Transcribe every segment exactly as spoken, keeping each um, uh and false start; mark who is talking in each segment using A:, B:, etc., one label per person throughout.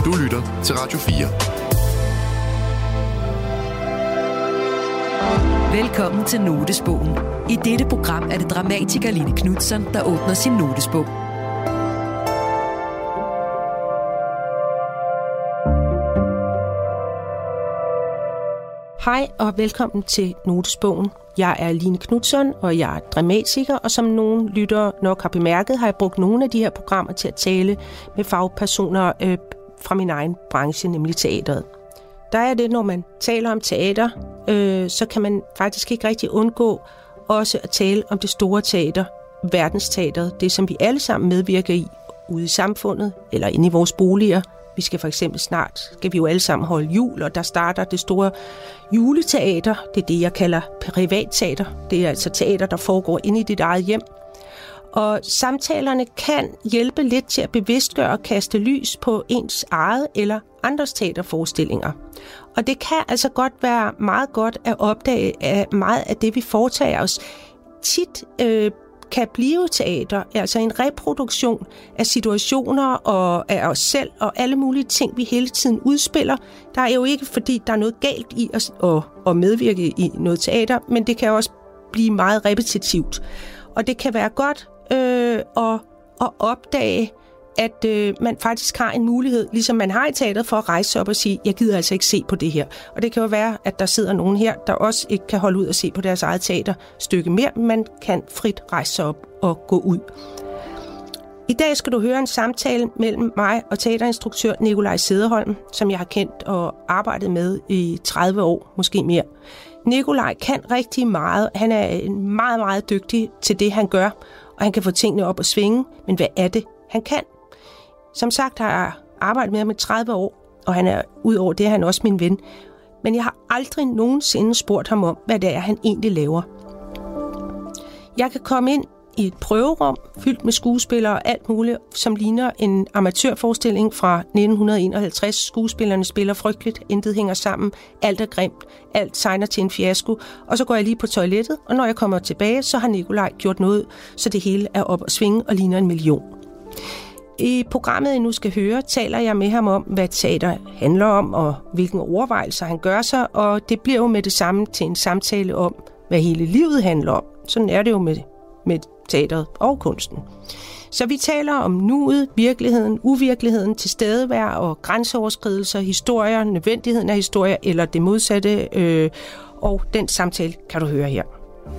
A: Du lytter til Radio fire.
B: Velkommen til Notesbogen. I dette program er det dramatiker Line Knutzon, der åbner sin notesbog.
C: Hej og velkommen til Notesbogen. Jeg er Line Knutzon, og jeg er dramatiker, og som nogle lyttere nok har bemærket, har jeg brugt nogle af de her programmer til at tale med fagpersoner øh, fra min egen branche, nemlig teateret. Der er det, når man taler om teater, øh, så kan man faktisk ikke rigtig undgå også at tale om det store teater, verdensteateret, det som vi alle sammen medvirker i ude i samfundet eller inde i vores boliger. Vi skal for eksempel snart, skal vi jo alle sammen holde jul, og der starter det store juleteater. Det er det, jeg kalder privatteater. Det er altså teater, der foregår inde i dit eget hjem. Og samtalerne kan hjælpe lidt til at bevidstgøre og kaste lys på ens eget eller andres teaterforestillinger. Og det kan altså godt være meget godt at opdage, at meget af det, vi foretager os, tit øh, kan blive teater, altså en reproduktion af situationer og af os selv og alle mulige ting, vi hele tiden udspiller. Der er jo ikke, fordi der er noget galt i at, at, at medvirke i noget teater, men det kan også blive meget repetitivt. Og det kan være godt øh, at, at opdage, at øh, man faktisk har en mulighed, ligesom man har i teateret, for at rejse sig op og sige, jeg gider altså ikke se på det her. Og det kan jo være, at der sidder nogen her, der også ikke kan holde ud og se på deres eget teaterstykke mere, men man kan frit rejse sig op og gå ud. I dag skal du høre en samtale mellem mig og teaterinstruktør Nikolaj Cederholm, som jeg har kendt og arbejdet med i tredive år, måske mere. Nikolaj kan rigtig meget. Han er meget, meget dygtig til det, han gør, og han kan få tingene op at svinge. Men hvad er det, han kan? Som sagt har jeg arbejdet med ham i tredive år, og han er udover det, er han også min ven. Men jeg har aldrig nogensinde spurgt ham om, hvad det er, han egentlig laver. Jeg kan komme ind i et prøverum, fyldt med skuespillere og alt muligt, som ligner en amatørforestilling fra nitten enoghalvtreds. Skuespillerne spiller frygteligt, intet hænger sammen, alt er grimt, alt segner til en fiasko. Og så går jeg lige på toilettet, og når jeg kommer tilbage, så har Nikolaj gjort noget, så det hele er op at svinge og ligner en million. I programmet, I nu skal høre, taler jeg med ham om, hvad teater handler om, og hvilke overvejelser han gør sig, og det bliver jo med det samme til en samtale om, hvad hele livet handler om. Sådan er det jo med, med teateret og kunsten. Så vi taler om nuet, virkeligheden, uvirkeligheden, tilstedevær og grænseoverskridelser, historier, nødvendigheden af historier eller det modsatte, øh, og den samtale kan du høre her.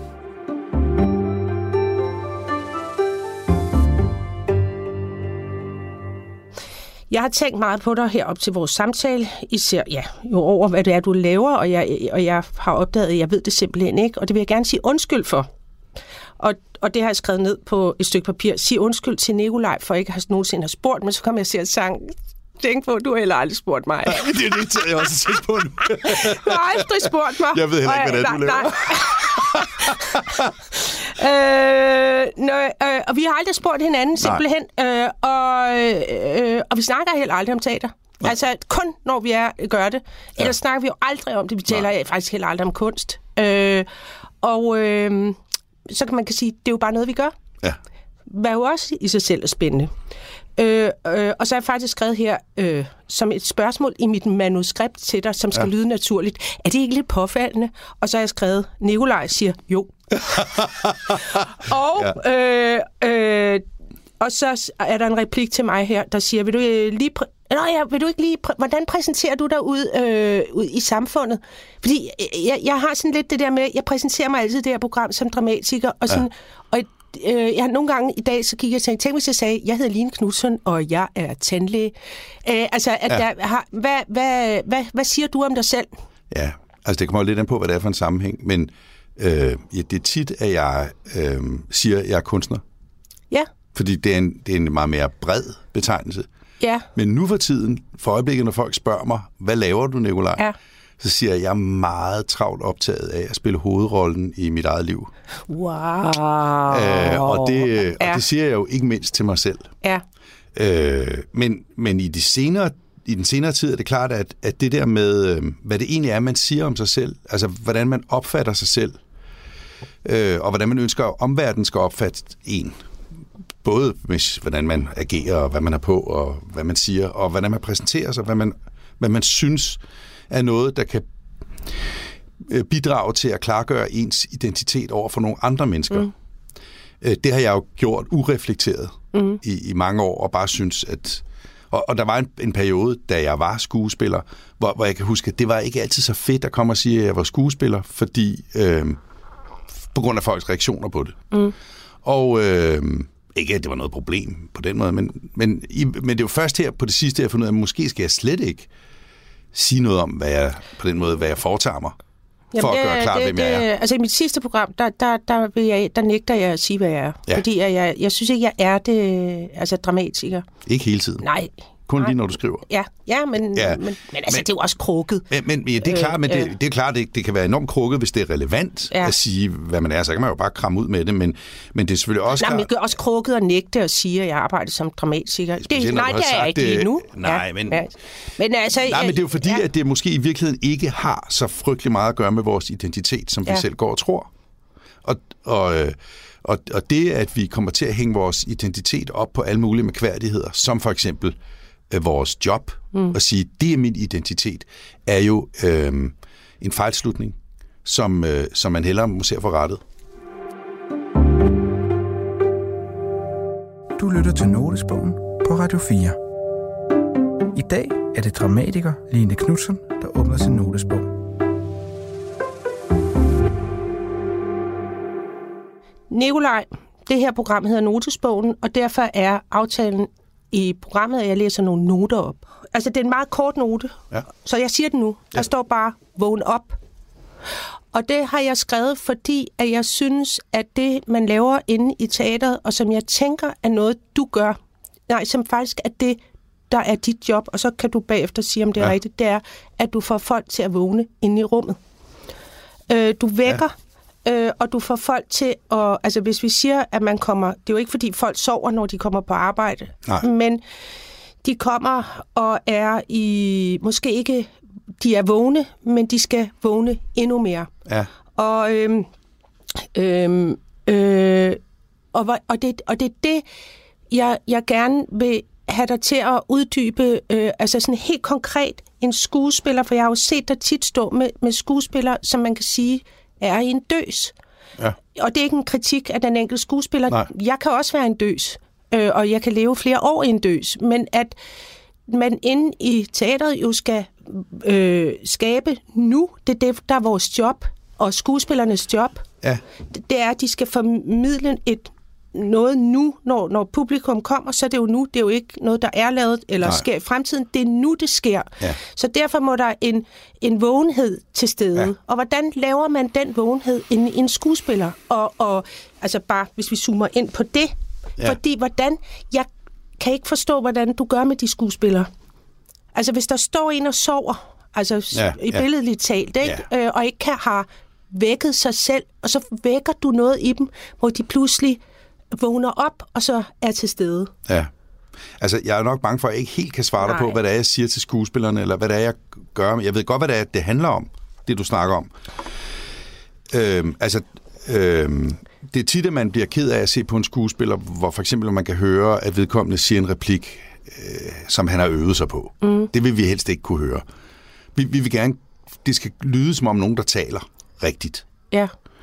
C: Jeg har tænkt meget på dig herop til vores samtale, især ja, jo over, hvad det er, du laver, og jeg, og jeg har opdaget, at jeg ved det simpelthen ikke, og det vil jeg gerne sige undskyld for. Og, og det har jeg skrevet ned på et stykke papir. Sig undskyld til Nikolaj, for ikke at have nogensinde har spurgt, men så kom jeg til at sang. Tænk på, du har heller aldrig spurgt mig.
D: Nej, det er det, jeg også tænkt på nu.
C: Du har aldrig spurgt mig.
D: Jeg ved heller ikke, hvad det er, du laver.
C: øh, nø, øh, og vi har aldrig spurgt hinanden, simpelthen. Øh, og, øh, og vi snakker heller aldrig om teater. Nej. Altså, kun når vi er, gør det. Ellers ja. snakker vi jo aldrig om det. Vi taler Nej. faktisk heller aldrig om kunst. Øh, og øh, så kan man kan sige, det er jo bare noget, vi gør.
D: Ja.
C: Hvad jo også i sig selv er spændende. Øh, øh, og så har jeg faktisk skrevet her øh, som et spørgsmål i mit manuskript til dig, som skal ja. lyde naturligt. Er det ikke lidt påfaldende? Og så har jeg skrevet, Nikolaj siger jo. og, ja. øh, øh, og så er der en replik til mig her, der siger, vil du lige... Præ- Nå ja, vil du ikke lige... Præ- hvordan præsenterer du dig ud, øh, ud i samfundet? Fordi jeg, jeg har sådan lidt det der med, jeg præsenterer mig altid det her program som dramatiker, og sådan... Ja. Og Øh, jeg har nogle gange i dag, så kigger jeg og tænker, tænk hvis jeg sagde, jeg hedder Line Knutzon, og jeg er tandlæge. Øh, altså, at ja. der har, hvad, hvad, hvad, hvad siger du om dig selv?
D: Ja, altså det kommer jo lidt an på, hvad det er for en sammenhæng, men øh, ja, det er tit, at jeg øh, siger, at jeg er kunstner.
C: Ja.
D: Fordi det er, en, det er en meget mere bred betegnelse.
C: Ja.
D: Men nu for tiden, for øjeblikket, når folk spørger mig, hvad laver du, Nikolaj? Ja. Så siger jeg, at jeg er meget travlt optaget af at spille hovedrollen i mit eget liv.
C: Wow.
D: Øh, og, det, ja. og det siger jeg jo ikke mindst til mig selv.
C: Ja.
D: Øh, men, men i, de senere, i den senere tid er det klart, at, at det der med, øh, hvad det egentlig er, man siger om sig selv, altså hvordan man opfatter sig selv, øh, og hvordan man ønsker, at omverdenen skal opfatte en, både med, hvordan man agerer, og hvad man er på, og hvad man siger, og hvordan man præsenterer sig, hvad man, hvad man synes er noget, der kan bidrage til at klargøre ens identitet over for nogle andre mennesker. Mm. Det har jeg jo gjort ureflekteret mm. i, i mange år, og bare synes, at... Og, og der var en, en periode, da jeg var skuespiller, hvor, hvor jeg kan huske, at det var ikke altid så fedt at komme og sige, at jeg var skuespiller, fordi... Øh, på grund af folks reaktioner på det. Mm. Og øh, ikke, at det var noget problem på den måde, men, men, i, men det er jo først her på det sidste, jeg har fundet ud af, at måske skal jeg slet ikke sige noget om, hvad jeg, på den måde, hvad jeg foretager mig.
C: Jamen,
D: for at gøre klart, hvem jeg er.
C: Altså i mit sidste program, der, der, der, vil jeg, der nægter jeg at sige, hvad jeg er. Ja. Fordi jeg, jeg, jeg synes ikke, jeg er det, altså dramatiker.
D: Ikke hele tiden?
C: Nej.
D: Kun lige når du skriver?
C: Ja, ja, men, ja. men, men altså, men, det er jo også krukket.
D: Men, men ja, det er klart, men det, det, er klart det, det kan være enormt krukket, hvis det er relevant ja. at sige, hvad man er. Så kan man jo bare kramme ud med det, men, men det er selvfølgelig også...
C: Nej, men det er også krukket at nægte at sige, at jeg arbejder som dramatiker. Det, nej, det er jeg ikke lige nu.
D: Nej, ja, men...
C: Ja. Men, altså,
D: nej, men det er jo fordi, ja. at det måske i virkeligheden ikke har så frygtelig meget at gøre med vores identitet, som vi ja. selv går og tror. Og... og Og, og det, at vi kommer til at hænge vores identitet op på alle mulige mærkværdigheder, som for eksempel øh, vores job, mm. og sige, det er min identitet, er jo øh, en fejlslutning, som, øh, som man hellere må se for rettet.
A: Du lytter til Notesbogen på Radio fire. I dag er det dramatiker Line Knutzon, der åbner sin notesbog.
C: Nikolaj, det her program hedder Notesbogen, og derfor er aftalen i programmet, at jeg læser nogle noter op. Altså, det er en meget kort note, ja. så jeg siger det nu. Der ja. står bare, vågn op. Og det har jeg skrevet, fordi at jeg synes, at det, man laver inde i teateret, og som jeg tænker er noget, du gør, nej, som faktisk er det, der er dit job, og så kan du bagefter sige, om det er ja. rigtigt, det er, at du får folk til at vågne inde i rummet. Øh, du vækker... Ja. Øh, og du får folk til at... Altså, hvis vi siger, at man kommer... Det er jo ikke, fordi folk sover, når de kommer på arbejde. Nej. Men de kommer og er i... Måske ikke... De er vågne, men de skal vågne endnu mere.
D: Ja.
C: Og, øhm, øhm, øh, og, og, det, og det er det, jeg, jeg gerne vil have dig til at uddybe. Øh, altså sådan helt konkret en skuespiller, for jeg har jo set dig tit stå med, med skuespillere, som man kan sige... er i en døs. Ja. Og det er ikke en kritik af den enkelte skuespiller. Nej. Jeg kan også være en døs, øh, og jeg kan leve flere år i en døs, men at man inde i teateret jo skal øh, skabe nu, det er det, der er vores job, og skuespillernes job, ja. det, det er, at de skal formidle et noget nu, når, når publikum kommer, så er det jo nu, det er jo ikke noget, der er lavet eller Nej. sker i fremtiden, det er nu, det sker. Ja. Så derfor må der en, en vågenhed til stede. Ja. Og hvordan laver man den vågenhed i en skuespiller? Og, og altså bare, hvis vi zoomer ind på det, ja. fordi hvordan, jeg kan ikke forstå, hvordan du gør med de skuespillere. Altså hvis der står en og sover, altså ja. i billedligt talt, ikke? Ja. Øh, og ikke kan have vækket sig selv, og så vækker du noget i dem, hvor de pludselig vågner op, og så er til stede. Ja.
D: Altså, jeg er nok bange for, at jeg ikke helt kan svare dig på, hvad det er, jeg siger til skuespillerne, eller hvad det er, jeg gør. Jeg ved godt, hvad det er, det handler om, det du snakker om. Øhm, altså, øhm, det er tit, at man bliver ked af at se på en skuespiller, hvor for eksempel man kan høre, at vedkommende siger en replik, øh, som han har øvet sig på. Mm. Det vil vi helst ikke kunne høre. Vi, vi vil gerne, det skal lyde som om nogen, der taler rigtigt.
C: Ja.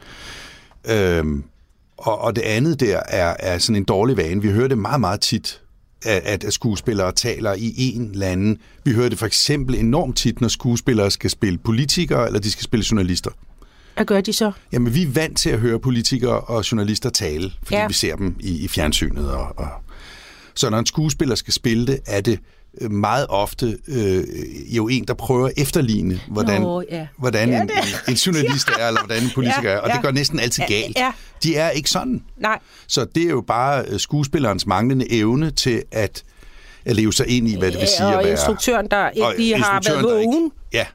D: Øhm, Og, og det andet der er, er sådan en dårlig vane. Vi hører det meget, meget tit, at, at skuespillere taler i en eller anden. Vi hører det for eksempel enormt tit, når skuespillere skal spille politikere, eller de skal spille journalister.
C: Hvad gør de så?
D: Jamen, vi er vant til at høre politikere og journalister tale, fordi ja. vi ser dem i, i fjernsynet. Og, og... Så når en skuespiller skal spille det, er det meget ofte øh, jo en, der prøver at efterligne, hvordan, Nå, ja. hvordan ja, en, en journalist er, eller hvordan en politiker ja, er. Og ja. det går næsten altid galt. Ja. De er ikke sådan.
C: Nej.
D: Så det er jo bare skuespillerens manglende evne til at, at leve sig ind i, hvad det vil sige
C: ja, og
D: at være...
C: Og instruktøren, der ikke lige har været vågen.
D: Ja.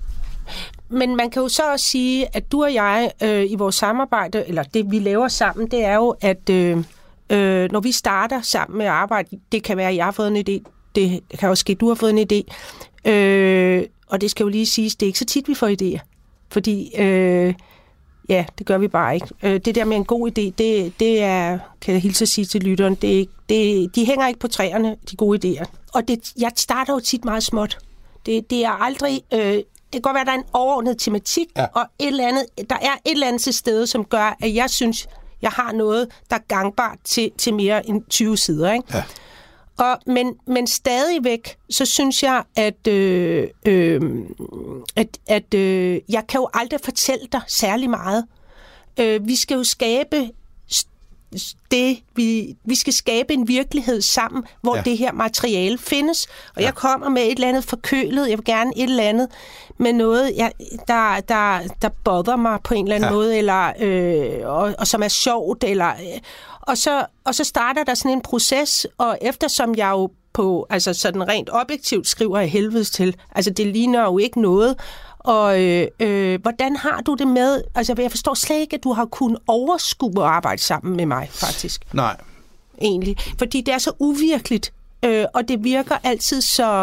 C: Men man kan jo så også sige, at du og jeg øh, i vores samarbejde, eller det vi laver sammen, det er jo, at øh, øh, når vi starter sammen med at arbejde, det kan være, at jeg har fået en idé, det kan også ske, at du har fået en idé. Øh, og det skal jo lige siges, det er ikke så tit, vi får idéer. Fordi øh, ja, det gør vi bare ikke. Øh, det der med en god idé, det, det er, kan jeg hilse at sige til lytteren, det, det, de hænger ikke på træerne, de gode idéer. Og det, jeg starter jo tit meget småt. Det, det er aldrig... Øh, det kan godt være, at der er en overordnet tematik, ja. og et eller andet, der er et eller andet til stede, som gør, at jeg synes, jeg har noget, der er gangbart til, til mere end tyve sider. Ikke?
D: Ja.
C: Og, men, men stadigvæk, så synes jeg, at, øh, øh, at, at øh, jeg kan jo aldrig fortælle dig særlig meget. Øh, vi skal jo skabe det, vi, vi skal skabe en virkelighed sammen, hvor ja. det her materiale findes. Og ja. jeg kommer med et eller andet forkølet, jeg vil gerne et eller andet med noget, jeg, der, der, der bother mig på en eller anden ja. måde, eller, øh, og, og som er sjovt, eller... Øh, Og så, og så starter der sådan en proces, og eftersom jeg jo på, altså sådan rent objektivt skriver af helvedes til, altså det ligner jo ikke noget, og øh, øh, hvordan har du det med, altså jeg forstår slet ikke, at du har kunnet overskue at arbejde sammen med mig, faktisk.
D: Nej.
C: Egentlig, fordi det er så uvirkeligt, øh, og det virker altid så...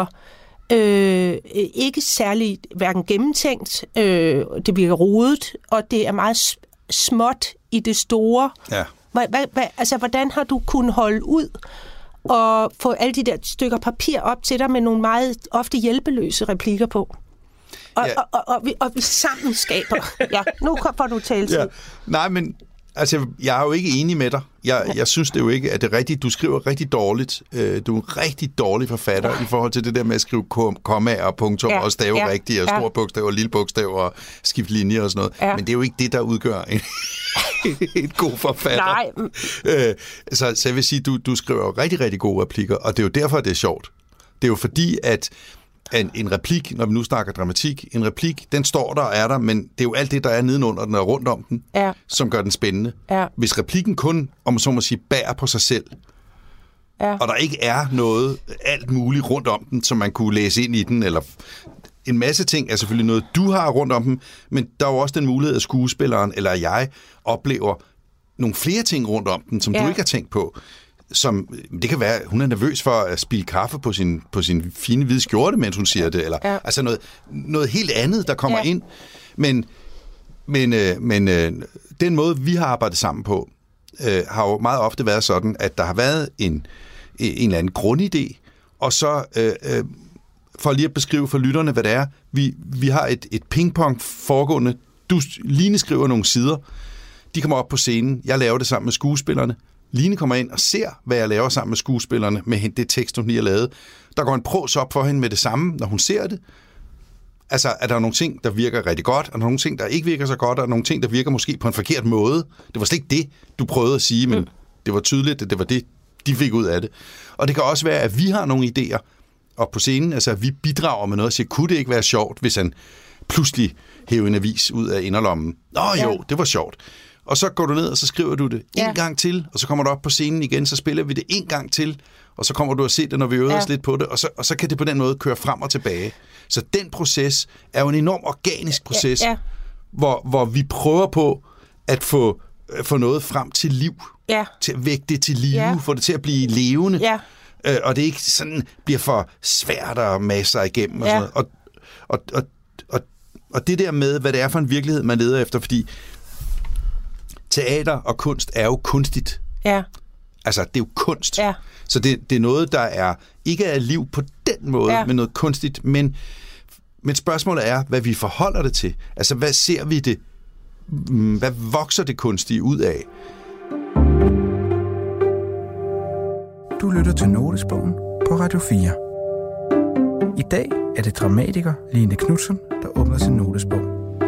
C: Øh, ikke særlig hverken gennemtænkt, øh, det virker rodet, og det er meget småt i det store.
D: Ja.
C: Hva, hva, hva, altså, hvordan har du kunnet holde ud og få alle de der stykker papir op til dig med nogle meget ofte hjælpeløse replikker på? Og, ja. og, og, og, vi, og vi sammen skaber. Ja, nu får du tale til. Ja.
D: Nej, men altså, jeg er jo ikke enig med dig. Jeg, jeg synes det jo ikke, at det er rigtigt. Du skriver rigtig dårligt. Du er en rigtig dårlig forfatter ja. i forhold til det der med at skrive komma og punktum ja. og stave ja. rigtigt, og ja. store bogstaver og lille bogstaver og skifte linjer og sådan noget. Ja. Men det er jo ikke det, der udgør en, en god forfatter.
C: Nej.
D: Øh, så, så jeg vil sige, du, du skriver jo rigtig, rigtig gode replikker, og det er jo derfor, det er sjovt. Det er jo fordi, at En, en replik, når vi nu snakker dramatik, en replik, den står der og er der, men det er jo alt det, der er nedenunder den og rundt om den, ja. som gør den spændende.
C: Ja.
D: Hvis replikken kun, om man så må sige, bærer på sig selv, ja. og der ikke er noget, alt muligt rundt om den, som man kunne læse ind i den, eller en masse ting er selvfølgelig noget, du har rundt om den, men der er jo også den mulighed, at skuespilleren, eller jeg, oplever nogle flere ting rundt om den, som ja. du ikke har tænkt på. Som, det kan være, at hun er nervøs for at spilde kaffe på sin, på sin fine hvide skjorte, mens hun siger det, eller ja. altså noget, noget helt andet, der kommer ja. ind. Men, men, øh, men øh, den måde, vi har arbejdet sammen på, øh, har jo meget ofte været sådan, at der har været en, en eller anden grundidé, og så, øh, øh, for lige at beskrive for lytterne, hvad det er, vi, vi har et, et pingpong foregående. Du, Line skriver nogle sider, de kommer op på scenen, jeg laver det sammen med skuespillerne, Line kommer ind og ser, hvad jeg laver sammen med skuespillerne, med det tekst, hun lige har lavet. Der går en pros op for hende med det samme, når hun ser det. Altså, er der nogle ting, der virker rigtig godt, og der nogle ting, der ikke virker så godt, og nogle ting, der virker måske på en forkert måde. Det var slet ikke det, du prøvede at sige, men mm. det var tydeligt, at det var det, de fik ud af det. Og det kan også være, at vi har nogle idéer op på scenen, altså at vi bidrager med noget og siger, kunne det ikke være sjovt, hvis han pludselig hæver en avis ud af inderlommen? Nå jo, ja. det var sjovt. Og så går du ned, og så skriver du det ja. en gang til, og så kommer du op på scenen igen, så spiller vi det en gang til, og så kommer du at se det, når vi øver ja. os lidt på det, og så, og så kan det på den måde køre frem og tilbage. Så den proces er jo en enorm organisk proces, ja. Ja. Hvor, hvor vi prøver på at få, få noget frem til liv,
C: ja.
D: til at vække det til live, ja. få det til at blive levende, ja. øh, og det ikke sådan bliver for svært at masse sig igennem. Og, ja. sådan og, og, og, og, og det der med, hvad det er for en virkelighed, man leder efter, fordi teater og kunst er jo kunstigt.
C: Ja.
D: Altså, det er jo kunst.
C: Ja.
D: Så det, det er noget, der er ikke er liv på den måde, ja. men noget kunstigt. Men, men spørgsmålet er, hvad vi forholder det til. Altså, hvad ser vi det? Hvad vokser det kunstige ud af?
A: Du lytter til Notesbogen på Radio fire. I dag er det dramatiker Line Knutzon, der åbner sin notesbog.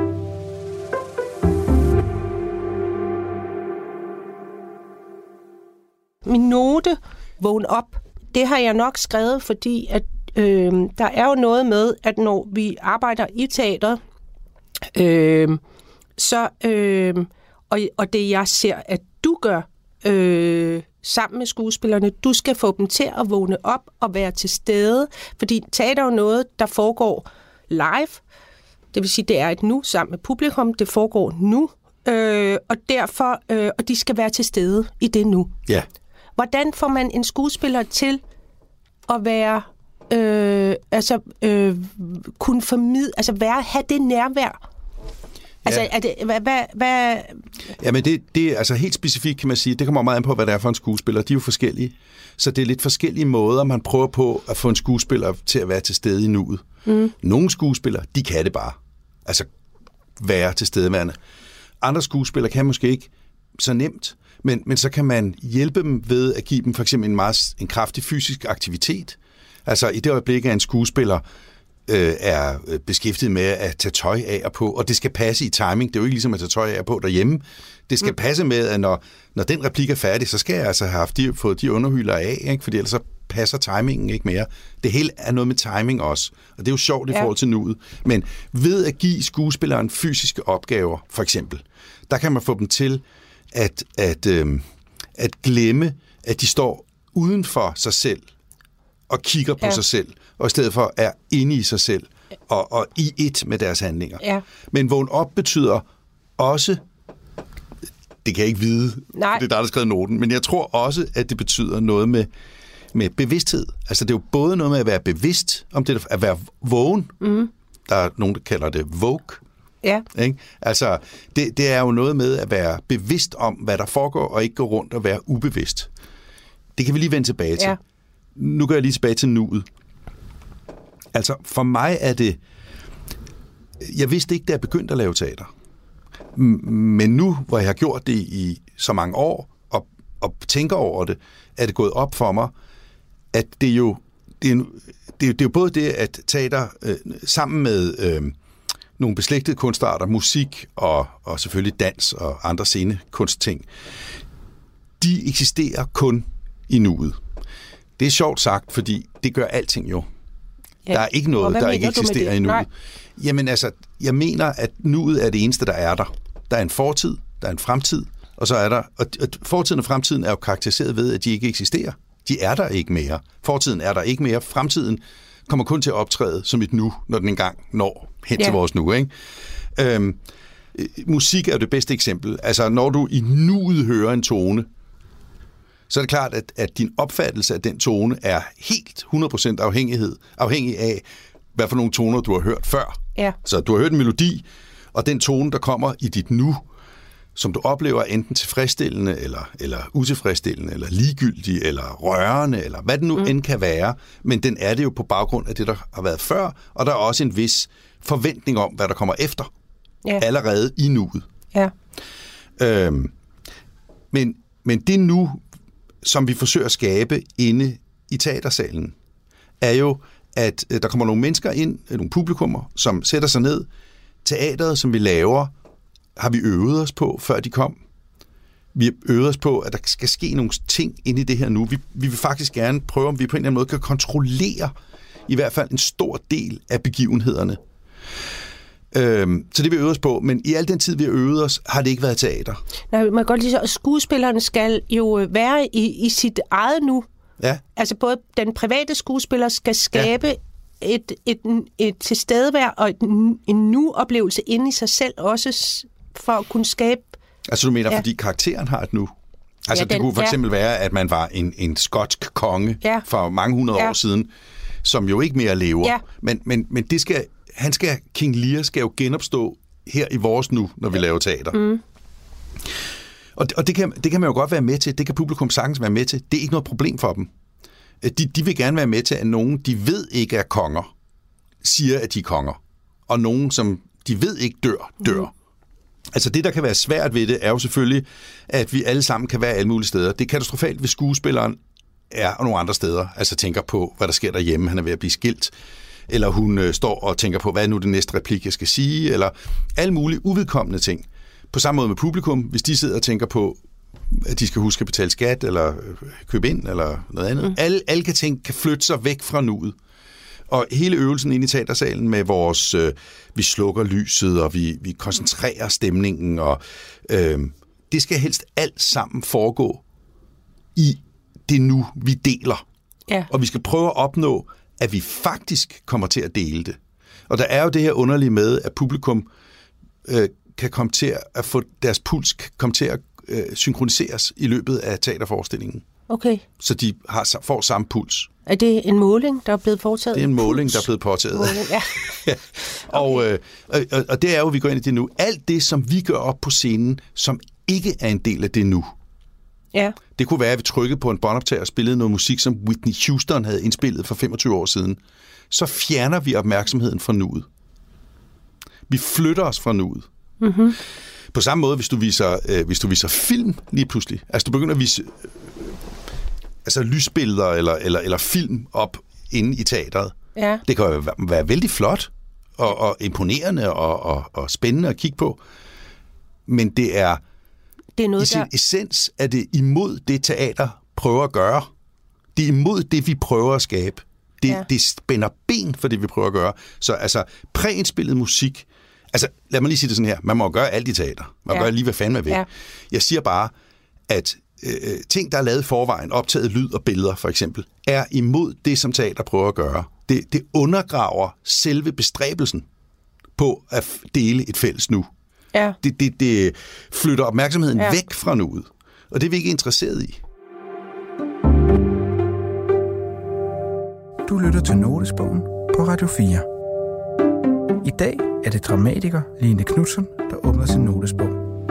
C: Min note, vågn op, det har jeg nok skrevet, fordi at, øh, der er jo noget med, at når vi arbejder i teater, øh, så, øh, og, og det jeg ser, at du gør øh, sammen med skuespillerne, du skal få dem til at vågne op og være til stede, fordi teater er jo noget, der foregår live, det vil sige, det er et nu sammen med publikum, det foregår nu, øh, og derfor, øh, og de skal være til stede i det nu.
D: Ja.
C: Hvordan får man en skuespiller til at være, øh, altså, øh, kunne formidle, altså være, have det nærvær? Altså, er det, hvad, hvad, hvad...
D: Jamen, det, det er altså helt specifikt, kan man sige. Det kommer meget an på, hvad det er for en skuespiller. De er jo forskellige. Så det er lidt forskellige måder, man prøver på at få en skuespiller til at være til stede i nuet. Mm. Nogle skuespillere, de kan det bare. Altså, være til stedeværende. Andre skuespillere kan måske ikke så nemt, men, men så kan man hjælpe dem ved at give dem for eksempel en, meget, en kraftig fysisk aktivitet. Altså, i det øjeblik, at en skuespiller øh, er beskæftiget med at tage tøj af og på, og det skal passe i timing. Det er jo ikke ligesom at tage tøj af og på derhjemme. Det skal mm. passe med, at når, når den replik er færdig, så skal jeg altså have haft de, fået de underhylder af, ikke? Fordi ellers så passer timingen ikke mere. Det hele er noget med timing også, og det er jo sjovt i ja. forhold til nuet. Men ved at give skuespilleren fysiske opgaver, for eksempel, der kan man få dem til at, at, øh, at glemme, at de står uden for sig selv og kigger på ja. sig selv, og i stedet for er inde i sig selv og, og i et med deres handlinger. Ja. Men vågn op betyder også, det kan jeg ikke vide, Nej. det er der, der har skrevet noten, men jeg tror også, at det betyder noget med, med bevidsthed. Altså det er jo både noget med at være bevidst om det, at være vågen. Mm. Der er nogen, der kalder det woke. Ja. Ikke? Altså det, det er jo noget med at være bevidst om, hvad der foregår, og ikke gå rundt og være ubevidst. Det kan vi lige vende tilbage til. Ja. Nu går jeg lige tilbage til nuet. Altså, for mig er det... Jeg vidste ikke, da jeg begyndte at lave teater. Men nu, hvor jeg har gjort det i så mange år, og, og tænker over det, er det gået op for mig, at det er jo... Det er, det er, det er jo både det, at teater øh, sammen med øh, nogle beslægtede kunstarter, musik og, og selvfølgelig dans og andre scenekunstting, de eksisterer kun i nuet. Det er sjovt sagt, fordi det gør alting jo. Ja. Der er ikke noget, der ikke eksisterer i nuet. Jamen altså, jeg mener, at nuet er det eneste, der er der. Der er en fortid, der er en fremtid, og så er der... Og fortiden og fremtiden er jo karakteriseret ved, at de ikke eksisterer. De er der ikke mere. Fortiden er der ikke mere. Fremtiden kommer kun til at optræde som et nu, når den engang når hen ja. til vores nu, ikke? Øhm, musik er jo det bedste eksempel. Altså, når du i nuet hører en tone, så er det klart, at, at din opfattelse af den tone er helt hundrede procent afhængighed, afhængig af, hvad for nogle toner du har hørt før. Ja. Så du har hørt en melodi, og den tone, der kommer i dit nu, som du oplever enten tilfredsstillende, eller, eller utilfredsstillende, eller ligegyldig, eller rørende, eller hvad det nu mm. end kan være, men den er det jo på baggrund af det, der har været før, og der er også en vis forventning om, hvad der kommer efter, ja. allerede i nuet. Ja. Øhm, men, men det nu, som vi forsøger at skabe inde i teatersalen, er jo, at der kommer nogle mennesker ind, nogle publikummer, som sætter sig ned. Teateret, som vi laver, har vi øvet os på, før de kom. Vi har øvet os på, at der skal ske nogle ting inde i det her nu. Vi, vi vil faktisk gerne prøve, om vi på en eller anden måde kan kontrollere i hvert fald en stor del af begivenhederne. Øhm, så det vi øvet os på, men i al den tid, vi har øvet os, har det ikke været teater. Nej, man kan godt lide, at skuespillerne skal jo være i, i sit eget nu. Ja. Altså både den private skuespiller skal skabe ja. et, et, et, et tilstedevær og et, en nu-oplevelse inde i sig selv, også for at kunne skabe... Altså du mener, ja. fordi karakteren har et nu? Altså ja, den, det kunne for eksempel ja. være, at man var en, en skotsk konge ja. for mange hundrede ja. år siden, som jo ikke mere lever. Ja. Men, men, men det skal... Han skal, King Lear skal jo genopstå her i vores nu, når vi ja. laver teater. Mm. Og, og det, kan, det kan man jo godt være med til. Det kan publikum sagtens være med til. Det er ikke noget problem for dem. De, de vil gerne være med til, at nogen, de ved ikke er konger, siger, at de er konger. Og nogen, som de ved ikke dør, dør. Mm. Altså det, der kan være svært ved det, er jo selvfølgelig, at vi alle sammen kan være alle mulige steder. Det er katastrofalt, hvis skuespilleren er nogle andre steder. Altså tænker på, hvad der sker derhjemme. Han er ved at blive skilt. Eller hun øh, står og tænker på, hvad er nu det næste replik, jeg skal sige, eller alle mulige uvedkommende ting. På samme måde med publikum, hvis de sidder og tænker på, at de skal huske at betale skat, eller købe ind, eller noget andet. Mm. Alle, alle kan, tænke, kan flytte sig væk fra nuet. Og hele øvelsen inde i teatersalen med vores, øh, vi slukker lyset, og vi, vi koncentrerer stemningen, og øh, det skal helst alt sammen foregå i det nu, vi deler. Ja. Og vi skal prøve at opnå, at vi faktisk kommer til at dele det. Og der er jo det her underlige med, at publikum øh, kan komme til at få deres puls kan komme til at øh, synkroniseres i løbet af teaterforestillingen. Okay. Så de har, får samme puls.
C: Er det en måling, der er blevet foretaget?
D: Det er en måling, der er blevet påtaget.
C: Måling, ja.
D: ja. Og, okay. øh, og, og det er jo, vi går ind i det nu. Alt det, som vi gør op på scenen, som ikke er en del af det nu.
C: Ja.
D: Det kunne være, at vi trykkede på en båndoptager og spillede noget musik, som Whitney Houston havde indspillet for femogtyve år siden. Så fjerner vi opmærksomheden fra nuet. Vi flytter os fra nuet. Mm-hmm. På samme måde, hvis du viser, øh, hvis du viser film lige pludselig. Altså, du begynder at vise øh, altså, lysbilleder eller, eller, eller film op inde i teatret. Ja. Det kan jo være, være vældig flot og, og imponerende og, og, og spændende at kigge på. Men det er,
C: det er noget,
D: i sin
C: der...
D: essens er det imod det, teater prøver at gøre. Det er imod det, vi prøver at skabe. Det, ja. det spænder ben for det, vi prøver at gøre. Så altså, præindspillet musik. Altså, lad mig lige sige det sådan her. Man må gøre alt i teater. Man må ja. gøre lige, hvad fanden man vil. Ja. Jeg siger bare, at øh, ting, der er lavet i forvejen, optaget lyd og billeder for eksempel, er imod det, som teater prøver at gøre. Det, det undergraver selve bestræbelsen på at dele et fælles nu. Ja. Det, det, det flytter opmærksomheden ja. væk fra nuet. Og det er vi ikke interesseret i.
A: Du lytter til Notesbogen på Radio fire. I dag er det dramatiker Line Knutzon, der åbner sin notesbog.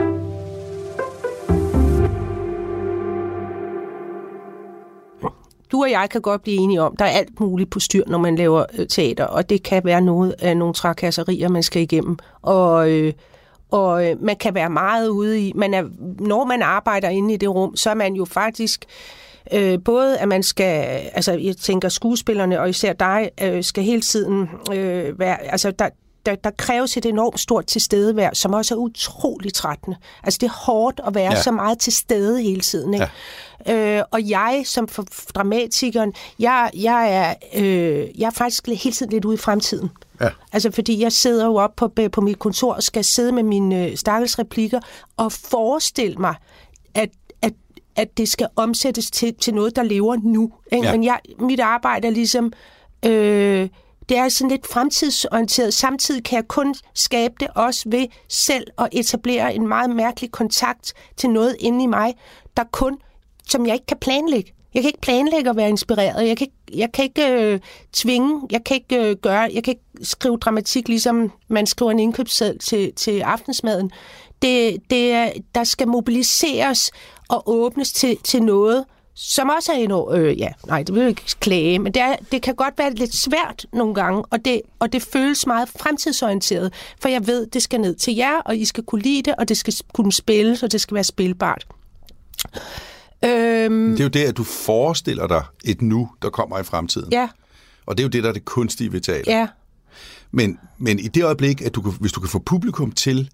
C: Du og jeg kan godt blive enige om, der er alt muligt på styr, når man laver teater, og det kan være noget af nogle trakasserier, man skal igennem. Og, øh, og øh, man kan være meget ude i, man er, når man arbejder inde i det rum, så er man jo faktisk... Øh, både at man skal, altså jeg tænker skuespillerne, og især dig, øh, skal hele tiden øh, være, altså der, der, der kræves et enormt stort tilstedevær, som også er utrolig trættende. Altså det er hårdt at være ja. så meget til stede hele tiden, ikke? Ja. Øh, og jeg som for dramatikeren, jeg, jeg, er, øh, jeg er faktisk hele tiden lidt ude i fremtiden. Ja. Altså fordi jeg sidder jo op på, på mit kontor og skal sidde med mine stakkels replikker og forestille mig, at at det skal omsættes til, til noget, der lever nu. Ikke? Ja. Men jeg, mit arbejde er ligesom, øh, det er sådan lidt fremtidsorienteret. Samtidig kan jeg kun skabe det også ved selv at etablere en meget mærkelig kontakt til noget inde i mig, der kun, som jeg ikke kan planlægge. Jeg kan ikke planlægge at være inspireret. Jeg kan ikke, jeg kan ikke øh, tvinge, jeg kan ikke øh, gøre, jeg kan ikke skrive dramatik, ligesom man skriver en indkøbsseddel til, til aftensmaden. Det, det er, der skal mobiliseres og åbnes til, til noget, som også er endnu, øh, ja, nej, det vil jeg ikke klage, men det, er, det kan godt være lidt svært nogle gange, og det, og det føles meget fremtidsorienteret, for jeg ved, det skal ned til jer, og I skal kunne lide det, og det skal kunne spilles, og det skal være spilbart.
D: Øhm, det er jo det, at du forestiller dig et nu, der kommer i fremtiden. Ja. Og det er jo det, der er det kunstige ved teater. Ja. Men, men i det øjeblik, at du, hvis du kan få publikum til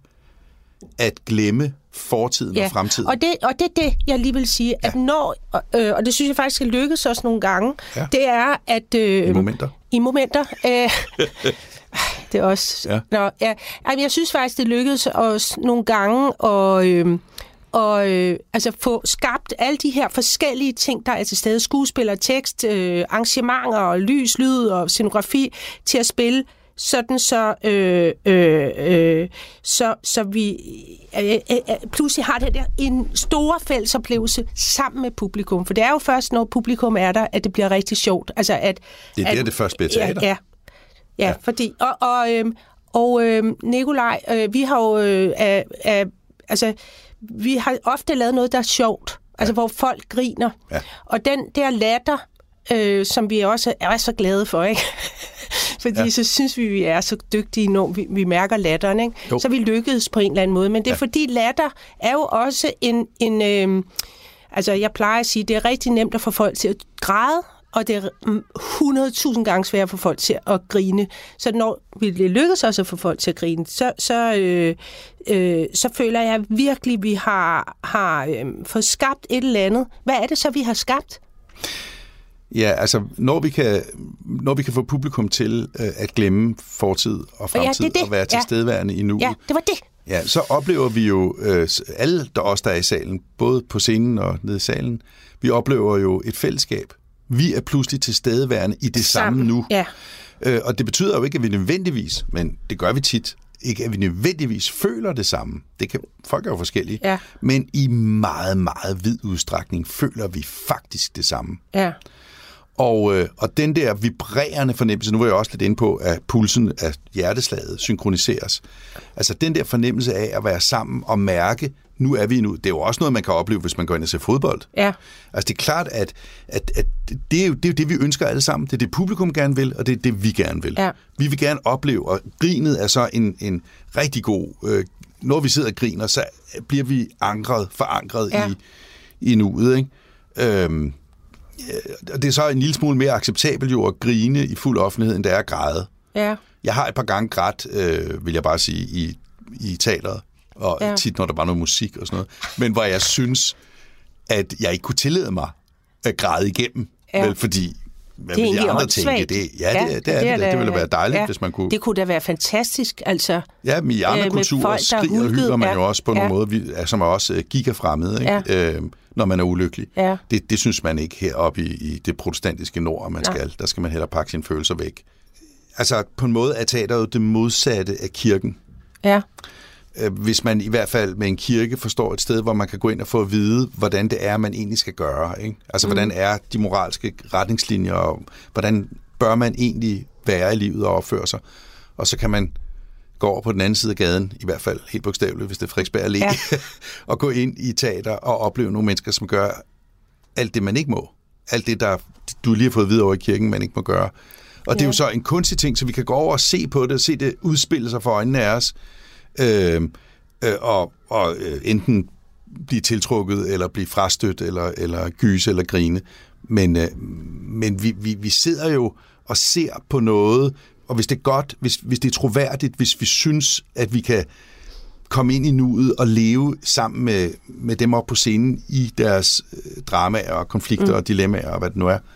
D: at glemme fortiden ja. og fremtiden.
C: Og det, og det er det, jeg lige vil sige, at ja. når, øh, og det synes jeg faktisk skal lykkes os nogle gange, ja. det er, at... Øh,
D: I momenter.
C: I momenter. Øh, det er også... Ja. Nå, ja. Altså, jeg synes faktisk, det lykkedes os nogle gange at... Øh, og øh, altså få skabt alle de her forskellige ting, der er til stede. Skuespiller, tekst, øh, arrangementer, lys, lyd og scenografi til at spille, sådan så, øh, øh, øh, så, så vi øh, øh, pludselig har det der en stor fællesoplevelse sammen med publikum. For det er jo først, når publikum er der, at det bliver rigtig sjovt. Altså, at,
D: det er
C: at,
D: der, det først bliver teater.
C: Ja, ja, ja, ja. fordi... Og, og, øh, og øh, Nikolaj, øh, vi har jo... Øh, øh, altså... Vi har ofte lavet noget, der er sjovt, altså ja. hvor folk griner. Ja. Og den der latter, øh, som vi også er så glade for, ikke? Fordi ja. så synes vi, vi er så dygtige, når vi, vi mærker latteren, ikke? Så vi lykkedes på en eller anden måde. Men det er ja. fordi latter er jo også en... en øh, altså, jeg plejer at sige, det er rigtig nemt at få folk til at græde, og det er hundrede tusind gange svært for folk til at grine. Så når vi lykkes også at få folk til at grine, så, så, øh, øh, så føler jeg virkelig, at vi har, har øh, fået skabt et eller andet. Hvad er det så, vi har skabt?
D: Ja, altså, når vi kan, når vi kan få publikum til øh, at glemme fortid og fremtid, ja, det det. og være tilstedeværende ja. i nuet.
C: Ja, det var det.
D: Ja, så oplever vi jo, øh, alle der også der er i salen, både på scenen og nede i salen, vi oplever jo et fællesskab. Vi er pludselig tilstedeværende i det Sammen. samme nu. Ja. Øh, og det betyder jo ikke, at vi nødvendigvis, men det gør vi tit, ikke at vi nødvendigvis føler det samme. Det kan, folk er jo forskellige. Ja. Men i meget, meget vid udstrækning føler vi faktisk det samme. Ja. Og, øh, og den der vibrerende fornemmelse, nu var jeg også lidt inde på, at pulsen af hjerteslaget synkroniseres. Altså den der fornemmelse af at være sammen og mærke, nu er vi nu. Det er jo også noget, man kan opleve, hvis man går ind og ser fodbold.
C: Ja.
D: Altså det er klart, at, at, at det, er jo, det er jo det, vi ønsker alle sammen. Det er det, publikum gerne vil, og det er det, vi gerne vil. Ja. Vi vil gerne opleve, og grinet er så en, en rigtig god... Øh, når vi sidder og griner, så bliver vi ankret, forankret ja. i, i nuet, ikke? Øhm, det er så en lille smule mere acceptabelt jo at grine i fuld offentlighed, end det er at græde. Ja. Jeg har et par gange grædt, øh, vil jeg bare sige, i, i teateret, og ja. tit, når der var noget musik og sådan noget, men hvor jeg synes, at jeg ikke kunne tillade mig at græde igennem, ja. vel, fordi hvad vil de andre tænke? Det, ja, ja, det, det, det, er det, det, det ville være dejligt, ja, hvis man kunne...
C: Det kunne da være fantastisk, altså...
D: Ja, men i andre øh, kulturer folk, skriger og hylder man ja, jo også på ja. nogle måder, som er også gigafremmede, ikke? Ja. Øh, når man er ulykkelig. Ja. Det, det synes man ikke heroppe i, i det protestantiske nord, man skal. Der skal man hellere pakke sine følelser væk. Altså, på en måde er teateret jo det modsatte af kirken. Ja. Hvis man i hvert fald med en kirke forstår et sted, hvor man kan gå ind og få at vide, hvordan det er, man egentlig skal gøre. Ikke? Altså, mm. hvordan er de moralske retningslinjer, og hvordan bør man egentlig være i livet og opføre sig. Og så kan man gå over på den anden side af gaden, i hvert fald helt bogstaveligt, hvis det er Frederiksberg Allé, ja. og gå ind i teater og opleve nogle mennesker, som gør alt det, man ikke må. Alt det, der du lige har fået videre over i kirken, man ikke må gøre. Og ja. det er jo så en kunstig ting, så vi kan gå over og se på det, og se det udspille sig for øjnene af os, øh, øh, og, og øh, enten blive tiltrukket, eller blive frastødt, eller, eller gyse, eller grine. Men, øh, men vi, vi, vi sidder jo og ser på noget, og hvis det er godt, hvis, hvis det er troværdigt, hvis vi synes, at vi kan komme ind i nuet og leve sammen med, med dem oppe på scenen i deres øh, dramaer og konflikter mm. og dilemmaer og hvad det nu er,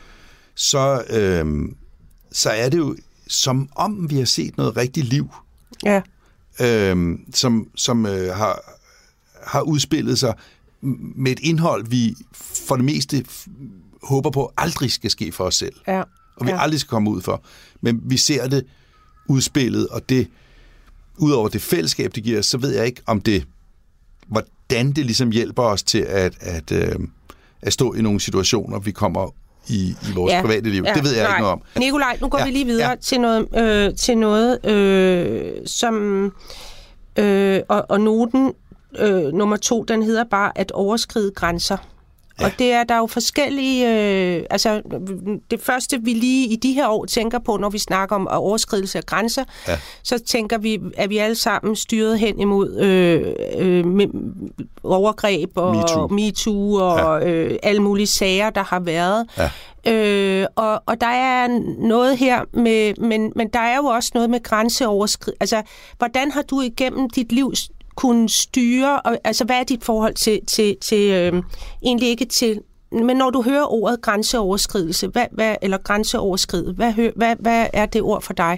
D: så, øh, så er det jo som om vi har set noget rigtigt liv, ja. øh, som, som øh, har, har udspillet sig med et indhold, vi for det meste håber på aldrig skal ske for os selv. Ja. Og vi ja. aldrig skal komme ud for. Men vi ser det udspillet, og det, udover det fællesskab, det giver os, så ved jeg ikke, om det, hvordan det ligesom hjælper os til at, at, øh, at stå i nogle situationer, vi kommer i, i vores ja. private liv. Ja. Det ved jeg Nej. ikke noget om.
C: Nikolaj, nu går ja. vi lige videre ja. til noget, øh, til noget øh, som... Øh, og, og noten øh, nummer to, den hedder bare at overskride grænser. Ja. Og det er der jo forskellige... Øh, altså, det første, vi lige i de her år tænker på, når vi snakker om overskridelse af grænser, ja. så tænker vi, at vi alle sammen styret hen imod øh, øh, overgreb og MeToo, MeToo og ja. øh, alle mulige sager, der har været. Ja. Øh, og, og der er noget her med... Men, men der er jo også noget med grænseoverskridelse. Altså, hvordan har du igennem dit liv kunne styre, og, altså hvad er dit forhold til, til, til øh, egentlig ikke til, men når du hører ordet grænseoverskridelse, hvad, hvad, eller grænseoverskride, hvad, hvad, hvad er det ord for dig?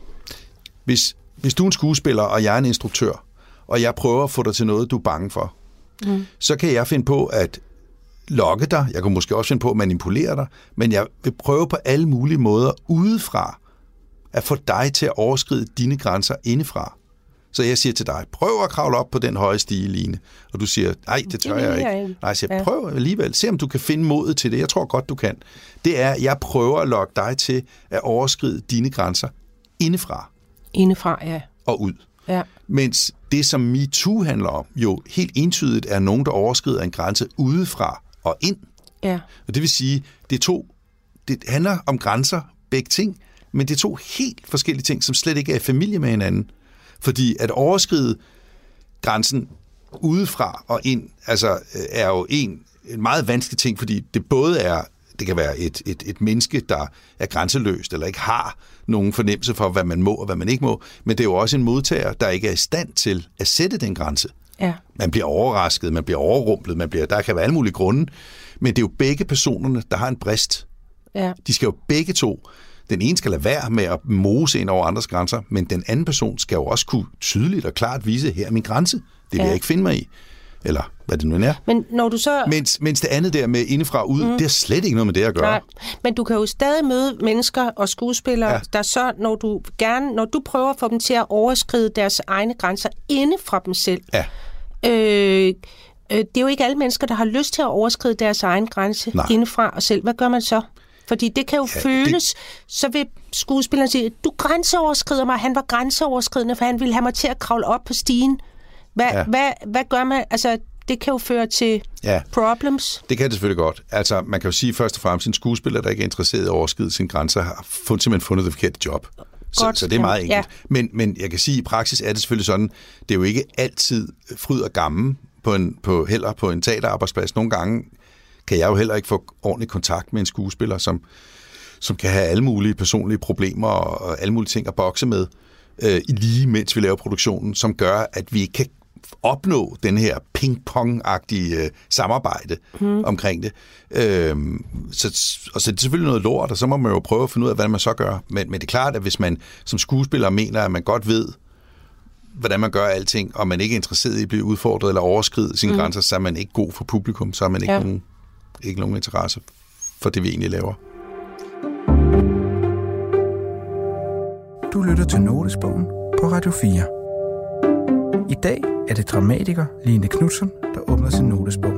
D: Hvis, hvis du er en skuespiller, og jeg er en instruktør, og jeg prøver at få dig til noget, du er bange for, mm. så kan jeg finde på at lokke dig, jeg kan måske også finde på at manipulere dig, men jeg vil prøve på alle mulige måder udefra at få dig til at overskride dine grænser indefra. Så jeg siger til dig, prøv at kravle op på den høje stige, Line. Og du siger, nej, det tør det jeg ikke. ikke. Nej, jeg siger, prøv alligevel. Se om du kan finde modet til det. Jeg tror godt, du kan. Det er, jeg prøver at lokke dig til at overskride dine grænser indefra.
C: Indefra, ja.
D: Og ud. Ja. Mens det, som MeToo handler om, jo helt entydigt er nogen, der overskrider en grænse udefra og ind. Ja. Og det vil sige, det er to, det handler om grænser, begge ting, men det er to helt forskellige ting, som slet ikke er i familie med hinanden. Fordi at overskride grænsen udefra og ind, altså er jo en, en meget vanskelig ting, fordi det både er, det kan være et, et, et menneske, der er grænseløst, eller ikke har nogen fornemmelse for, hvad man må og hvad man ikke må, men det er jo også en modtager, der ikke er i stand til at sætte den grænse. Ja. Man bliver overrasket, man bliver overrumplet, man bliver, der kan være alle mulige grunde, men det er jo begge personerne, der har en brist. Ja. De skal jo begge to. Den ene skal lade være med at mose ind over andres grænser, men den anden person skal jo også kunne tydeligt og klart vise, her er min grænse. Det vil ja. jeg ikke finde mig i. Eller hvad det nu er.
C: Men når du så...
D: Mens, mens det andet der med indefra og ud, mm. det er slet ikke noget med det at gøre.
C: Nej. Men du kan jo stadig møde mennesker og skuespillere, ja. der så, når du gerne, når du prøver at få dem til at overskride deres egne grænser inde fra dem selv. Ja. Øh, øh, det er jo ikke alle mennesker, der har lyst til at overskride deres egen grænse Nej. indefra og selv. Hvad gør man så? Fordi det kan jo ja, føles, det... så vil skuespilleren sige, du grænseoverskrider mig. Han var grænseoverskridende, for han ville have mig til at kravle op på stigen. Hvad, ja. hvad, hvad gør man? Altså, det kan jo føre til ja. problems.
D: Det kan det selvfølgelig godt. Altså, man kan jo sige først og fremmest, at en skuespiller, der ikke er interesseret i at overskride sine grænser, har fundet, simpelthen fundet det forkerte job. Så, så det er meget enkelt. Ja. Men, men jeg kan sige, at i praksis er det selvfølgelig sådan, det er jo ikke altid fryd og gammel på en, på, heller på en teaterarbejdsplads. Nogle gange kan jeg jo heller ikke få ordentlig kontakt med en skuespiller, som, som kan have alle mulige personlige problemer og, og alle mulige ting at bokse med, øh, i lige mens vi laver produktionen, som gør, at vi ikke kan opnå den her ping-pong-agtige øh, samarbejde hmm. omkring det. Øhm, så, og så er det selvfølgelig noget lort, og så må man jo prøve at finde ud af, hvad man så gør. Men, men det er klart, at hvis man som skuespiller mener, at man godt ved, hvordan man gør alting, og man ikke er interesseret i at blive udfordret eller overskride sine hmm. grænser, så er man ikke god for publikum, så er man ikke, ja. nogen, ikke nogen interesse for det, vi egentlig laver.
A: Du lytter til Notesbogen på Radio fire. I dag er det dramatiker Line Knutzon, der åbner sin notesbog.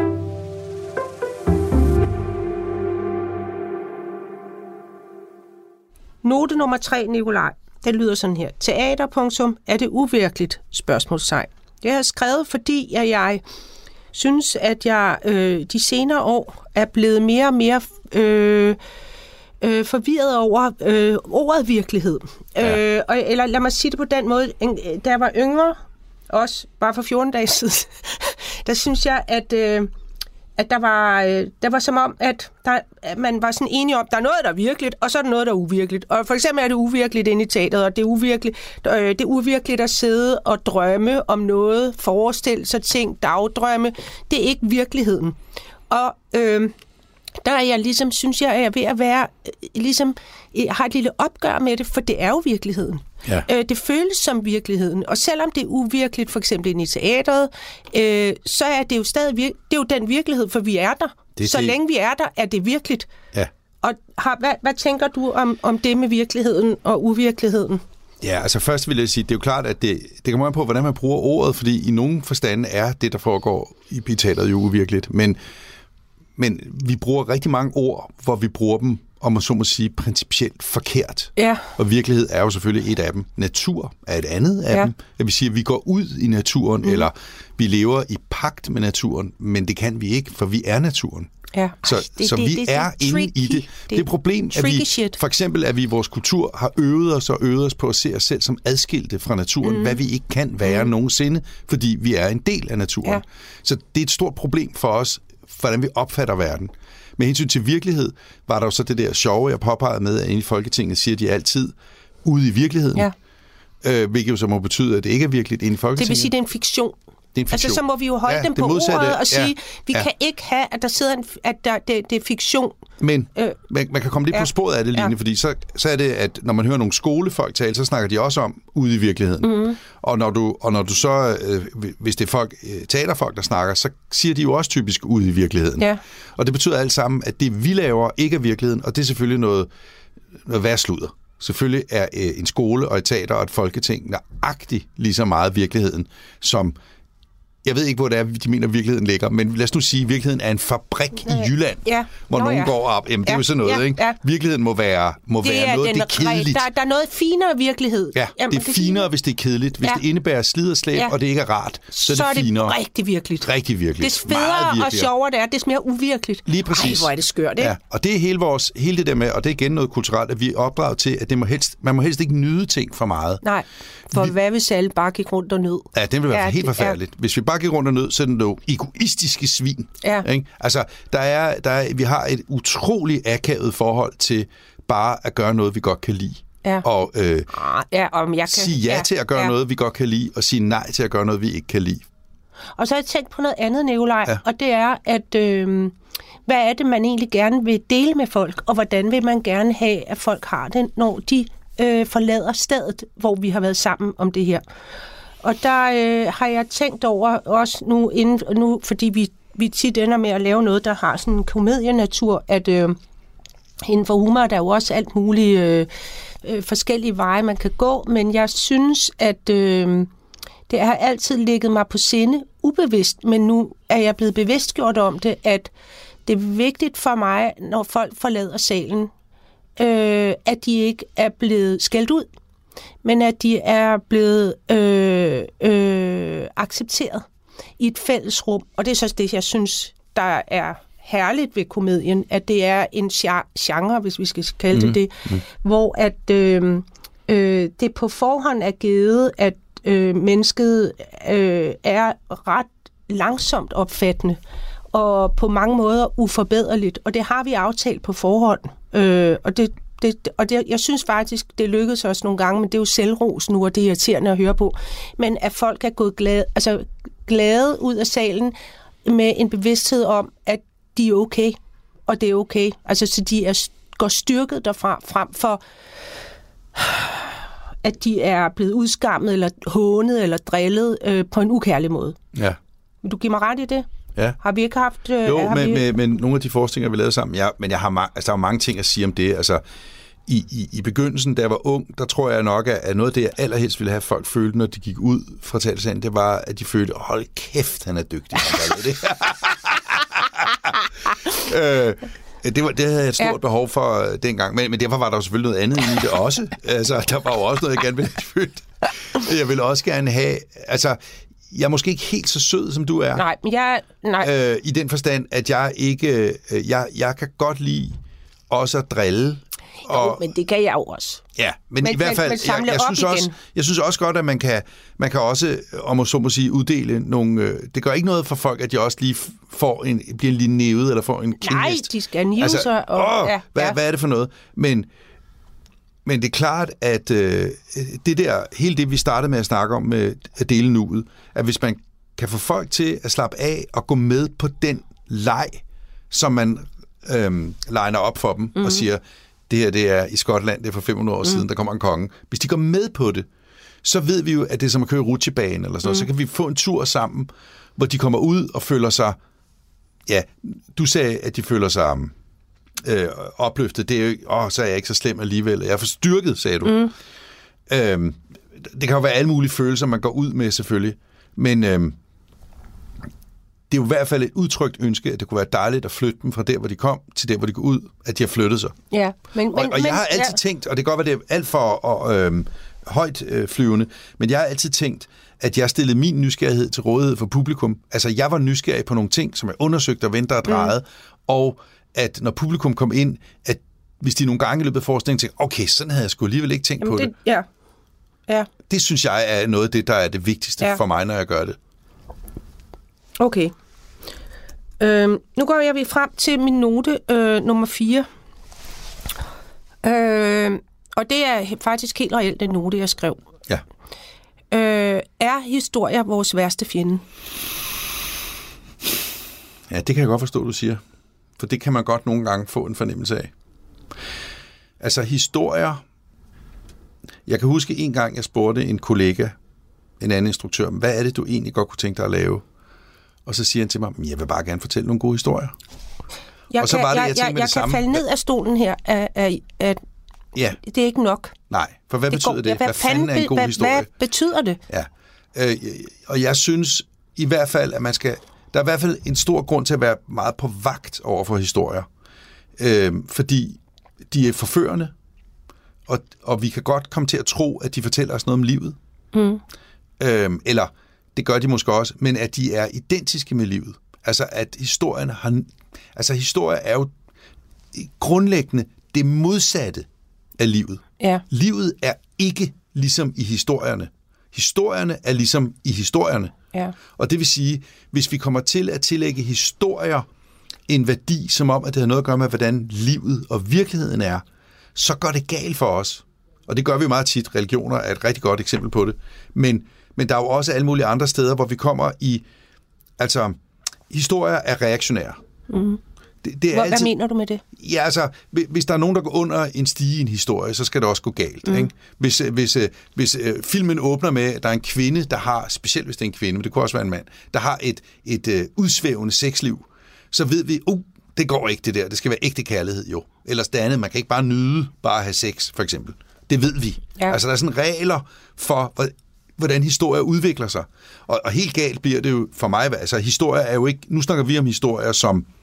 C: Note nummer tre, Nikolaj. Den lyder sådan her. Teater, punktum, er det uvirkeligt? Spørgsmålstegn. Det har jeg skrevet, fordi jeg, jeg synes, at jeg øh, de senere år er blevet mere og mere øh, øh, forvirret over øh, ordet virkelighed. Ja. Øh, og, eller lad mig sige det på den måde. Da jeg var yngre, også bare for fjorten dage siden, der synes jeg, at, øh, at der, var, øh, der var som om, at, der, at man var sådan enig om, at der er noget, der er virkeligt, og så er der noget, der er uvirkeligt. Og for eksempel er det uvirkeligt inde i teateret, og det er uvirkeligt, øh, det er uvirkeligt at sidde og drømme om noget, forestille sig ting, dagdrømme. Det er ikke virkeligheden. Og øh, der er jeg ligesom, synes jeg, er ved at være, ligesom, har et lille opgør med det, for det er jo virkeligheden. Ja. Øh, det føles som virkeligheden, og selvom det er uvirkeligt, for eksempel inde i teateret, øh, så er det jo stadig vir- det er jo den virkelighed, for vi er der. Det, så det... længe vi er der, er det virkeligt. Ja. Og har, hvad, hvad tænker du om, om det med virkeligheden og uvirkeligheden?
D: Ja, altså først vil jeg sige, det er jo klart, at det, det kommer an på, hvordan man bruger ordet, fordi i nogle forstande er det, der foregår i teateret, jo uvirkeligt. Men, men vi bruger rigtig mange ord, hvor vi bruger dem, om man så må sige, principielt forkert. Ja. Og virkelighed er jo selvfølgelig et af dem. Natur er et andet af ja. dem. Jeg vil sige, at vi går ud i naturen, mm. eller vi lever i pagt med naturen, men det kan vi ikke, for vi er naturen. Ja. Så, det, så det, vi det, er det, inde tricky. i det. Det, det er et problem, at vi, shit. for eksempel, at vi i vores kultur har øvet os og øvet os på at se os selv som adskilte fra naturen, mm. hvad vi ikke kan være mm. nogensinde, fordi vi er en del af naturen. Ja. Så det er et stort problem for os, hvordan vi opfatter verden. Med hensyn til virkelighed, var der jo så det der sjove, jeg påpegede med, at inde i Folketinget siger de altid ude i virkeligheden. Ja. Øh, hvilket jo så må betyde, at det ikke er virkeligt inde i Folketinget.
C: Det vil sige, det er en fiktion. Altså, så må vi jo holde ja, dem på modsatte, ordet og sige, ja, vi ja. kan ikke have, at der sidder en, at der, det, det er fiktion. Men øh,
D: man, man kan komme lidt ja. på sporet af det, Line, ja. fordi så, så er det, at når man hører nogle skolefolk tale, så snakker de også om ude i virkeligheden. Mm-hmm. Og, når du, og når du så, øh, hvis det er folk, øh, teaterfolk, der snakker, så siger de jo også typisk ude i virkeligheden. Ja. Og det betyder alt sammen, at det vi laver ikke er virkeligheden, og det er selvfølgelig noget, noget værd sludder. Selvfølgelig er øh, en skole og et teater og et folketing nøjagtigt lige så meget virkeligheden, som jeg ved ikke, hvor det er, de mener, virkeligheden ligger, men lad os nu sige, at virkeligheden er en fabrik i Jylland, ja. hvor Nå, nogen ja. går op. Jamen, det ja. er jo sådan noget, ja. ikke? Ja. Virkeligheden må være, må det være noget, det er kedeligt.
C: Der, der er noget finere virkelighed.
D: Ja, Jamen, det er det finere, hvis det er kedeligt. Hvis ja. det indebærer slid og slæb, ja. og det ikke er rart, så, så er det finere. Så er det rigtig virkeligt. Rigtig virkeligt.
C: Det federe og sjovere det er, det mere uvirkeligt.
D: Lige præcis.
C: Ej, hvor er det skørt, ikke?
D: Ja. Og det er hele, vores, hele det der med, og det er igen noget kulturelt, at vi er opdraget til, at det må helst, man må helst ikke nyde ting for meget.
C: Nej, for vi, hvad hvis alle bare gik rundt og nød?
D: Ja, det ville være ja, helt forfærdeligt. Hvis vi bare gik rundt og nød, så er det noget egoistiske svin. Ja. Ikke? Altså, der er, der er, vi har et utroligt akavet forhold til bare at gøre noget, vi godt kan lide. Ja. Og, øh, ja, om jeg kan, sige ja, ja til at gøre ja. noget, vi godt kan lide, og sige nej til at gøre noget, vi ikke kan lide.
C: Og så har jeg tænkt på noget andet, Nikolaj, ja. og det er, at øh, hvad er det, man egentlig gerne vil dele med folk, og hvordan vil man gerne have, at folk har det, når de øh, forlader stedet, hvor vi har været sammen om det her. Og der øh, har jeg tænkt over også nu, inden, nu fordi vi, vi tit ender med at lave noget, der har sådan en komedienatur, at øh, inden for humor der er jo også alt muligt øh, øh, forskellige veje, man kan gå, men jeg synes, at øh, det har altid ligget mig på sinde, ubevidst, men nu er jeg blevet bevidstgjort om det, at Det er vigtigt for mig, når folk forlader salen, øh, at de ikke er blevet skældt ud, men at de er blevet øh, øh, accepteret i et fælles rum. Og det er så det, jeg synes, der er herligt ved komedien, at det er en genre, hvis vi skal kalde det mm. det, mm. hvor at øh, øh, det på forhånd er givet, at øh, mennesket øh, er ret langsomt opfattende og på mange måder uforbederligt, og det har vi aftalt på forhånd. Øh, og det, det, og det, jeg synes faktisk, det lykkedes også nogle gange, men det er jo selvros nu, og det er irriterende at høre på. Men at folk er gået glade, altså glade ud af salen med en bevidsthed om, at de er okay, og det er okay. Altså, så de er, går styrket derfra, frem for at de er blevet udskammet, eller hånet, eller drillet øh, på en ukærlig måde.
D: Ja.
C: Vil du give mig ret i det?
D: Ja.
C: Har vi ikke haft... Øh,
D: jo,
C: har
D: men,
C: vi...
D: med, med nogle af de forskninger, vi lavede sammen, ja, men jeg har, ma- altså, der er jo mange ting at sige om det. Altså, i, i, i begyndelsen, da jeg var ung, der tror jeg nok, at noget af det, jeg allerhelst ville have folk følte, når de gik ud fra talsalen, det var, at de følte, hold kæft, han er dygtig. det. øh, det, var, det havde jeg et stort ja. behov for uh, dengang, men, men derfor var der jo selvfølgelig noget andet i det også. Altså, der var jo også noget, jeg gerne ville have følt. Jeg ville også gerne have... Altså, jeg er måske ikke helt så sød, som du er.
C: Nej, men jeg... Nej.
D: Øh, I den forstand, at jeg ikke... Øh, jeg, jeg kan godt lide også at drille. Og,
C: jo, men det kan jeg jo også.
D: Ja, men, men i hvert fald,
C: men, men
D: jeg, jeg, synes også, jeg synes også godt, at man kan, man kan også, om så må sige, uddele nogle... Øh, det gør ikke noget for folk, at de også lige får en, bliver lige nævet, eller får en kindhest.
C: Nej, de skal nive altså, sig. Og,
D: åh,
C: ja,
D: hvad,
C: ja.
D: hvad er det for noget? Men, men det er klart, at øh, det der, hele det, vi startede med at snakke om med at dele nuet, at hvis man kan få folk til at slappe af og gå med på den leg, som man øh, liner op for dem, mm-hmm. og siger... Det her, det er i Skotland, det er for fem hundrede år mm. siden, der kommer en konge. Hvis de går med på det, så ved vi jo, at det er som at køre rutsjebane eller sådan noget. Mm. Så kan vi få en tur sammen, hvor de kommer ud og føler sig... Ja, du sagde, at de føler sig øh, opløftet. Det er jo ikke... Åh, så er jeg ikke så slem alligevel. Jeg er for styrket, sagde du. Mm. Øhm, det kan jo være alle mulige følelser, man går ud med, selvfølgelig. Men... Øhm, det er jo i hvert fald et udtrykt ønske, at det kunne være dejligt at flytte dem fra der, hvor de kom, til der, hvor de går ud, at de har flyttet sig. Ja, men, og, men, og jeg har altid ja. tænkt, og det kan godt være, det er alt for og, øh, højt øh, flyvende, men jeg har altid tænkt, at jeg stillede min nysgerrighed til rådighed for publikum. Altså, jeg var nysgerrig på nogle ting, som jeg undersøgte og vendte og drejede, mm. og at når publikum kom ind, at hvis de nogle gange i løbet af forskningen tænkte, okay, sådan havde jeg sgu alligevel ikke tænkt Jamen, på det. det.
C: Ja. Ja.
D: Det synes jeg er noget af det, der er det vigtigste ja. for mig, når jeg gør det.
C: Okay. Øhm, nu går jeg vi frem til min note øh, nummer fire. Øh, og det er faktisk helt reelt den note, jeg skrev.
D: Ja.
C: Øh, er historier vores værste fjende?
D: Ja, det kan jeg godt forstå, du siger. For det kan man godt nogle gange få en fornemmelse af. Altså historier... Jeg kan huske en gang, jeg spurgte en kollega, en anden instruktør, hvad er det, du egentlig godt kunne tænke dig at lave? Og så siger han til mig, jeg vil bare gerne fortælle nogle gode historier.
C: Jeg og så kan, var det, jeg, jeg, jeg, jeg kan samme. falde ned af stolen her, at, at, at ja. det er ikke nok.
D: Nej, for hvad det betyder går, det? Hvad, hvad fanden er en god
C: hvad,
D: historie?
C: Hvad betyder det?
D: Ja, øh, og jeg synes i hvert fald, at man skal... Der er i hvert fald en stor grund til at være meget på vagt over for historier. Øh, fordi de er forførende, og, og vi kan godt komme til at tro, at de fortæller os noget om livet. Mm. Øh, eller... Det gør de måske også, men at de er identiske med livet. Altså, at historien har... Altså, historie er jo grundlæggende det modsatte af livet.
C: Ja.
D: Livet er ikke ligesom i historierne. Historierne er ligesom i historierne.
C: Ja.
D: Og det vil sige, hvis vi kommer til at tillægge historier en værdi, som om, at det har noget at gøre med, hvordan livet og virkeligheden er, så går det galt for os. Og det gør vi meget tit. Religioner er et rigtig godt eksempel på det. Men Men der er jo også alle mulige andre steder, hvor vi kommer i... Altså, historier er reaktionære.
C: Mm. Det, det er Hvor, altid, hvad mener du med det?
D: Ja, altså, hvis der er nogen, der går under en stige i en historie, så skal det også gå galt. Mm. Ikke? Hvis, hvis, hvis uh, filmen åbner med, at der er en kvinde, der har, specielt hvis det er en kvinde, men det kunne også være en mand, der har et, et uh, udsvævende sexliv, så ved vi, uh, det går ikke det der. Det skal være ægte kærlighed, jo. Ellers det andet, man kan ikke bare nyde, bare at have sex, for eksempel. Det ved vi. Ja. Altså, der er sådan regler for... hvordan historier udvikler sig. Og, og helt galt bliver det jo for mig, altså historier er jo ikke, nu snakker vi om historier som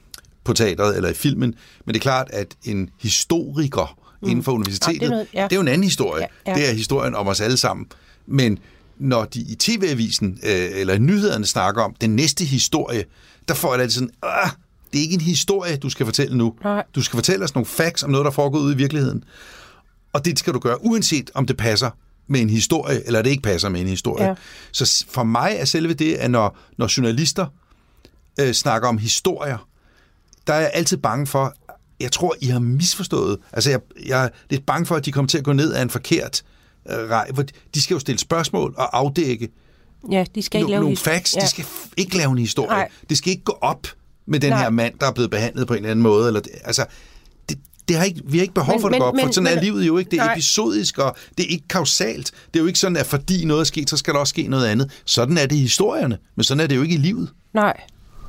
D: på teatret eller i filmen, men det er klart, at en historiker mm. inden for universitetet, ja, det, er noget, ja. det er jo en anden historie. Ja, ja. Det er historien om os alle sammen. Men når de i T V-avisen øh, eller i nyhederne snakker om den næste historie, der får jeg altid sådan, ah, det er ikke en historie, du skal fortælle nu. Nej. Du skal fortælle os nogle facts om noget, der foregår ude i virkeligheden. Og det skal du gøre, uanset om det passer med en historie, eller det ikke passer med en historie. Ja. Så for mig er selve det, at når, når journalister øh, snakker om historier, der er jeg altid bange for, jeg tror, I har misforstået. Altså, jeg, jeg er lidt bange for, at de kommer til at gå ned af en forkert øh, rej. De skal jo stille spørgsmål og afdække
C: ja, de skal ikke
D: no,
C: lave
D: nogle facts. Ja. De skal f- ikke lave en historie. Nej. Det skal ikke gå op med den Nej. her mand, der er blevet behandlet på en eller anden måde. Eller det, altså, det, det har ikke, vi har ikke behov men, for at men, gå op, men, for sådan men, er livet jo ikke. Det er nej. episodisk, og det er ikke kausalt. Det er jo ikke sådan, at fordi noget er sket, så skal der også ske noget andet. Sådan er det i historierne, men sådan er det jo ikke i livet.
C: Nej.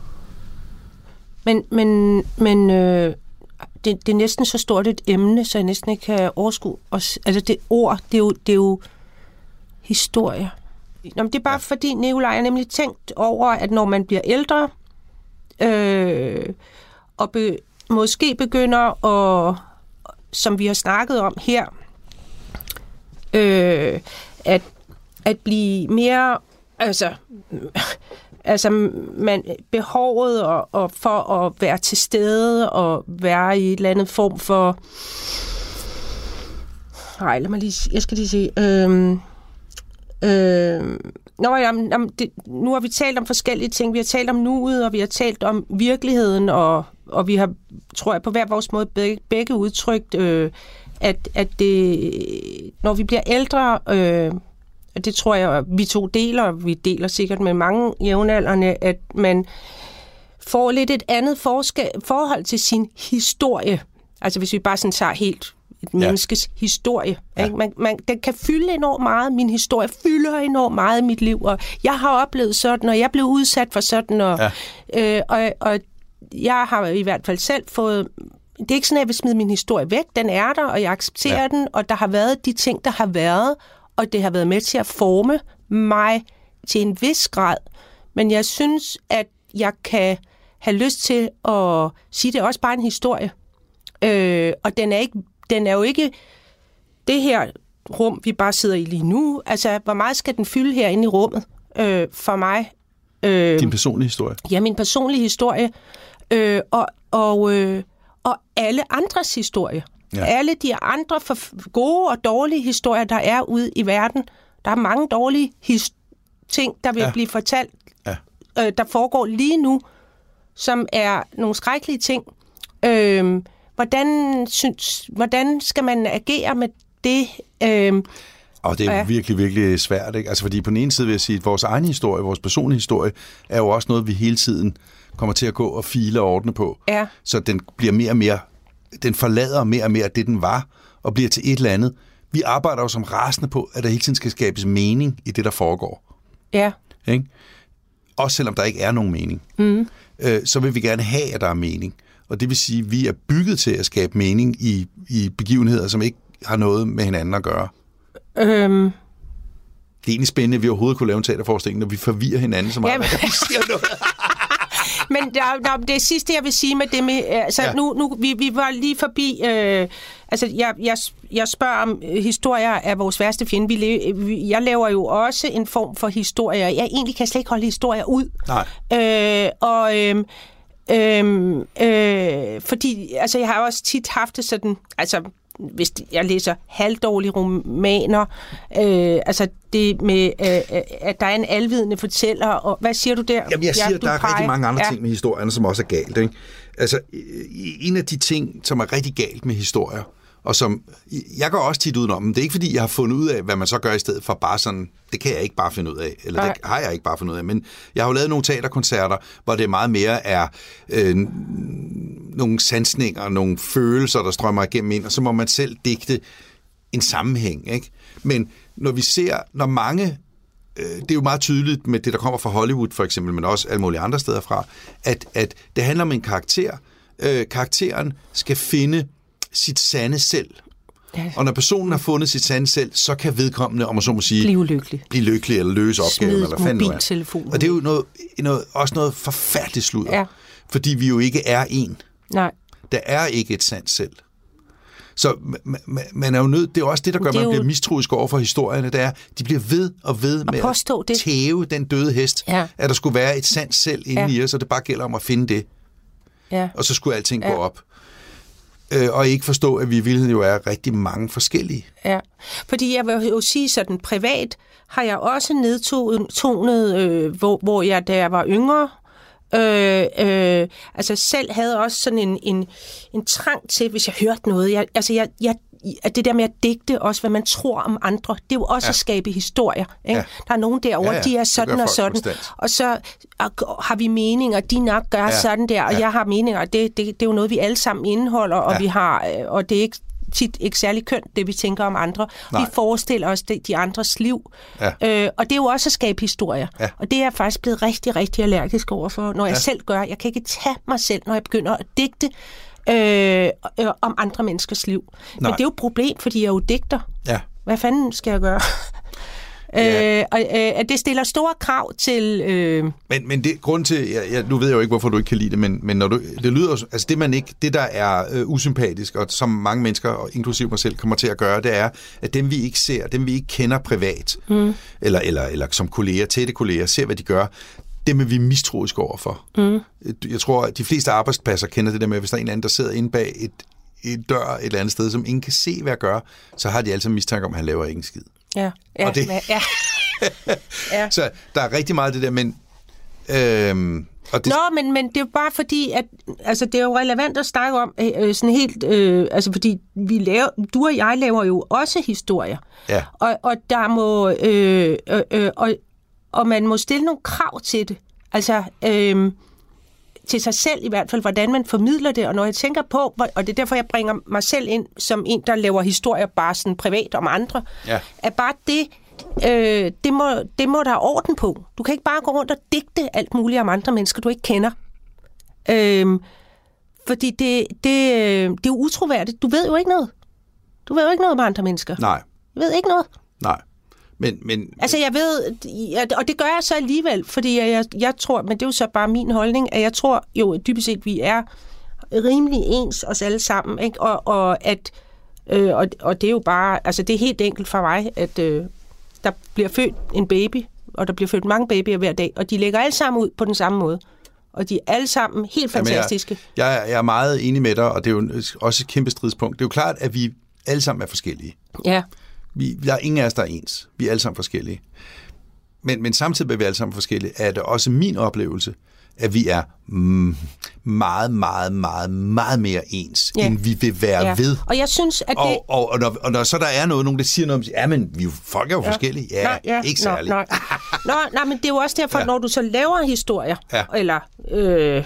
C: Men, men, men øh, det, det er næsten så stort et emne, så jeg næsten ikke kan overskue. Altså det ord, det er jo, det er jo historie. Nå, men det er bare ja. fordi, Nicolaj har nemlig tænkt over, at når man bliver ældre, øh, og be, måske begynder at, som vi har snakket om her, øh, at, at blive mere, altså, altså man, behovet og, og for at være til stede og være i et eller andet form for, nej, lad mig lige, jeg skal lige sige, øh, Øh, nå, jamen, jamen, det, nu har vi talt om forskellige ting. Vi har talt om nuet, og vi har talt om virkeligheden, og, og vi har, tror jeg, på hver vores måde begge, begge udtrykt, øh, at, at det, når vi bliver ældre, øh, og det tror jeg, vi to deler, vi deler sikkert med mange jævnaldrende, at man får lidt et andet forske, forhold til sin historie. Altså hvis vi bare sådan tager helt et menneskes ja. historie. Ja. Ikke? Man, man, den kan fylde enormt meget. Min historie fylder enormt meget i mit liv, og jeg har oplevet sådan, og jeg blev udsat for sådan, og, ja. øh, og, og jeg har i hvert fald selv fået. Det er ikke sådan, at jeg vil smide min historie væk. Den er der, og jeg accepterer ja. den, og der har været de ting, der har været, og det har været med til at forme mig til en vis grad. Men jeg synes, at jeg kan have lyst til at sige, det er også bare en historie. Øh, og den er ikke Den er jo ikke det her rum, vi bare sidder i lige nu. Altså, hvor meget skal den fylde herinde i rummet øh, for mig?
D: Øh, Din personlige historie?
C: Ja, min personlige historie. Øh, og, og, øh, og alle andres historie. Ja. Alle de andre for gode og dårlige historier, der er ude i verden. Der er mange dårlige his- ting, der vil ja. blive fortalt, ja. øh, der foregår lige nu, som er nogle skrækkelige ting. Øh, Hvordan, synes, hvordan skal man agere med det? Øhm,
D: og det er ja. virkelig, virkelig svært, ikke? Altså, fordi på den ene side vil jeg sige, at vores egen historie, vores personlige historie, er jo også noget, vi hele tiden kommer til at gå og file og ordne på. Ja. Så den bliver mere og mere, den forlader mere og mere det, den var, og bliver til et eller andet. Vi arbejder jo som rasende på, at der hele tiden skal skabes mening i det, der foregår. Ja. Ikke? Også selvom der ikke er nogen mening. Mm. Øh, så vil vi gerne have, at der er mening. Og det vil sige, at vi er bygget til at skabe mening i, i begivenheder, som ikke har noget med hinanden at gøre. Øhm. Det er egentlig spændende, at vi overhovedet kunne lave en teaterforestilling, når vi forvirrer hinanden så meget. Jamen. Vi siger noget.
C: Men der, der, det sidste, jeg vil sige med det med... Altså, ja. nu, nu, vi, vi var lige forbi... Øh, altså, jeg, jeg, jeg spørger om historier af vores værste fjende. Vi le, jeg laver jo også en form for historier. Jeg egentlig kan slet ikke holde historier ud. Nej. Øh, og... Øh, Øhm, øh, fordi, altså jeg har også tit haft det sådan, altså hvis jeg læser halvdårlige romaner, øh, altså det med, øh, at der er en alvidende fortæller, og hvad siger du der?
D: Jamen jeg siger,
C: ja,
D: at der er peger. rigtig mange andre ja. ting med historierne, som også er galt, ikke? Altså en af de ting, som er rigtig galt med historier, og som, jeg går også tit udenom, men det er ikke fordi, jeg har fundet ud af, hvad man så gør i stedet for bare sådan, det kan jeg ikke bare finde ud af, eller det har jeg ikke bare fundet ud af, men jeg har jo lavet nogle teaterkoncerter, hvor det meget mere er øh, nogle sansninger, nogle følelser, der strømmer igennem ind, og så må man selv digte en sammenhæng, ikke? Men når vi ser, når mange, øh, det er jo meget tydeligt med det, der kommer fra Hollywood for eksempel, men også alle mulige andre steder fra, at, at det handler om en karakter. Øh, karakteren skal finde sit sande selv. Ja. Og når personen har fundet sit sande selv, så kan vedkommende, om man så må sige,
C: blive lykkelig,
D: blive lykkelig eller løse opgaven.
C: Smid
D: eller hvad fanden
C: mobiltelefonen.
D: Og det er jo noget, noget, også noget forfærdeligt sludder. Ja. Fordi vi jo ikke er en.
C: Nej.
D: Der er ikke et sandt selv. Så man er jo nødt, det er også det, der gør, at man jo bliver mistroisk over for historierne, det er, de bliver ved og ved med at, at tæve den døde hest, ja. At der skulle være et sandt selv inde ja. I os, og det bare gælder om at finde det. Ja. Og så skulle alting ja. Gå op. Øh, og ikke forstå, at vi i virkeligheden jo er rigtig mange forskellige.
C: Ja, fordi jeg vil jo sige sådan, privat har jeg også nedtonet, øh, hvor, hvor jeg, da jeg var yngre, Øh, øh, altså selv havde også sådan en, en, en trang til, hvis jeg hørte noget, jeg, altså jeg, jeg, at det der med at digte også, hvad man tror om andre, det er jo også ja. At skabe historier. Ikke? Ja. Der er nogen derovre, ja, ja. De er sådan og sådan, konstant. Og så har vi meninger, de nok gør ja. Sådan der, og ja. Jeg har meninger, det, det, det er jo noget, vi alle sammen indeholder, og, ja. Vi har, og det er ikke tit ikke særlig kønt, det vi tænker om andre. Nej. Vi forestiller os de, de andres liv. Ja. Øh, og det er jo også at skabe historier. Ja. Og det er jeg faktisk blevet rigtig, rigtig allergisk overfor, når jeg ja. Selv gør. Jeg kan ikke tage mig selv, når jeg begynder at digte øh, øh, om andre menneskers liv. Nej. Men det er jo et problem, fordi jeg er jo digter. Ja. Hvad fanden skal jeg gøre? Ja. Øh, og øh, det stiller store krav til... Øh...
D: Men, men det grund til... Ja, ja, nu ved jeg jo ikke, hvorfor du ikke kan lide det, men, men når du, det lyder... Altså det, man ikke, det der er øh, usympatisk, og som mange mennesker, og inklusive mig selv, kommer til at gøre, det er, at dem vi ikke ser, dem vi ikke kender privat, mm. eller, eller, eller som kolleger, tætte kolleger, ser, hvad de gør, dem er vi mistroisk overfor. Mm. Jeg tror, at de fleste arbejdspladser kender det der med, hvis der er en eller anden, der sidder inde bag et, et dør et eller andet sted, som ingen kan se, hvad jeg gør, så har de altid mistanke om, at han laver ikke en skid.
C: Ja, ja,
D: og det,
C: ja. ja.
D: Så der er rigtig meget af det der, men... Øhm, og det...
C: Nå, men, men det er jo bare fordi, at altså, det er jo relevant at snakke om, øh, sådan helt... Øh, altså, fordi vi laver, du og jeg laver jo også historier. Ja. Og, og der må... Øh, øh, øh, og, og man må stille nogle krav til det. Altså... Øh, til sig selv i hvert fald, hvordan man formidler det, og når jeg tænker på, og det er derfor, jeg bringer mig selv ind som en, der laver historier bare sådan privat om andre, ja. At bare det, øh, det, må, det må der er orden på. Du kan ikke bare gå rundt og digte alt muligt om andre mennesker, du ikke kender. Øh, fordi det, det, det er jo utroværdigt. Du ved jo ikke noget. Du ved jo ikke noget om andre mennesker.
D: Nej.
C: Du ved ikke noget.
D: Nej. Men, men...
C: Altså jeg ved, og det gør jeg så alligevel, fordi jeg, jeg tror, men det er jo så bare min holdning, at jeg tror jo dybest set, vi er rimelig ens os alle sammen, ikke? Og, og, at, øh, og, og det er jo bare, altså det er helt enkelt for mig, at øh, der bliver født en baby, og der bliver født mange babyer hver dag, og de lægger alle sammen ud på den samme måde. Og de er alle sammen helt fantastiske.
D: Jamen, jeg, jeg er meget enig med dig, og det er jo også et kæmpe stridspunkt. Det er jo klart, at vi alle sammen er forskellige.
C: Ja.
D: Vi, der er ingen af os, der er ens. Vi er alle sammen forskellige. Men, men samtidig med, at vi er alle sammen forskellige, er det også min oplevelse, at vi er mm, meget, meget, meget, meget mere ens, ja. End vi vil være ja. Ved.
C: Og jeg synes, at det...
D: Og, og, og, når, og når så der er noget, nogen der siger noget om, ja, men vi, folk er jo ja. Forskellige. Ja, nej, ja. Ikke særligt.
C: Nej, nej. nej, men det er jo også derfor, ja. Når du så laver historier, ja. Eller... Øh,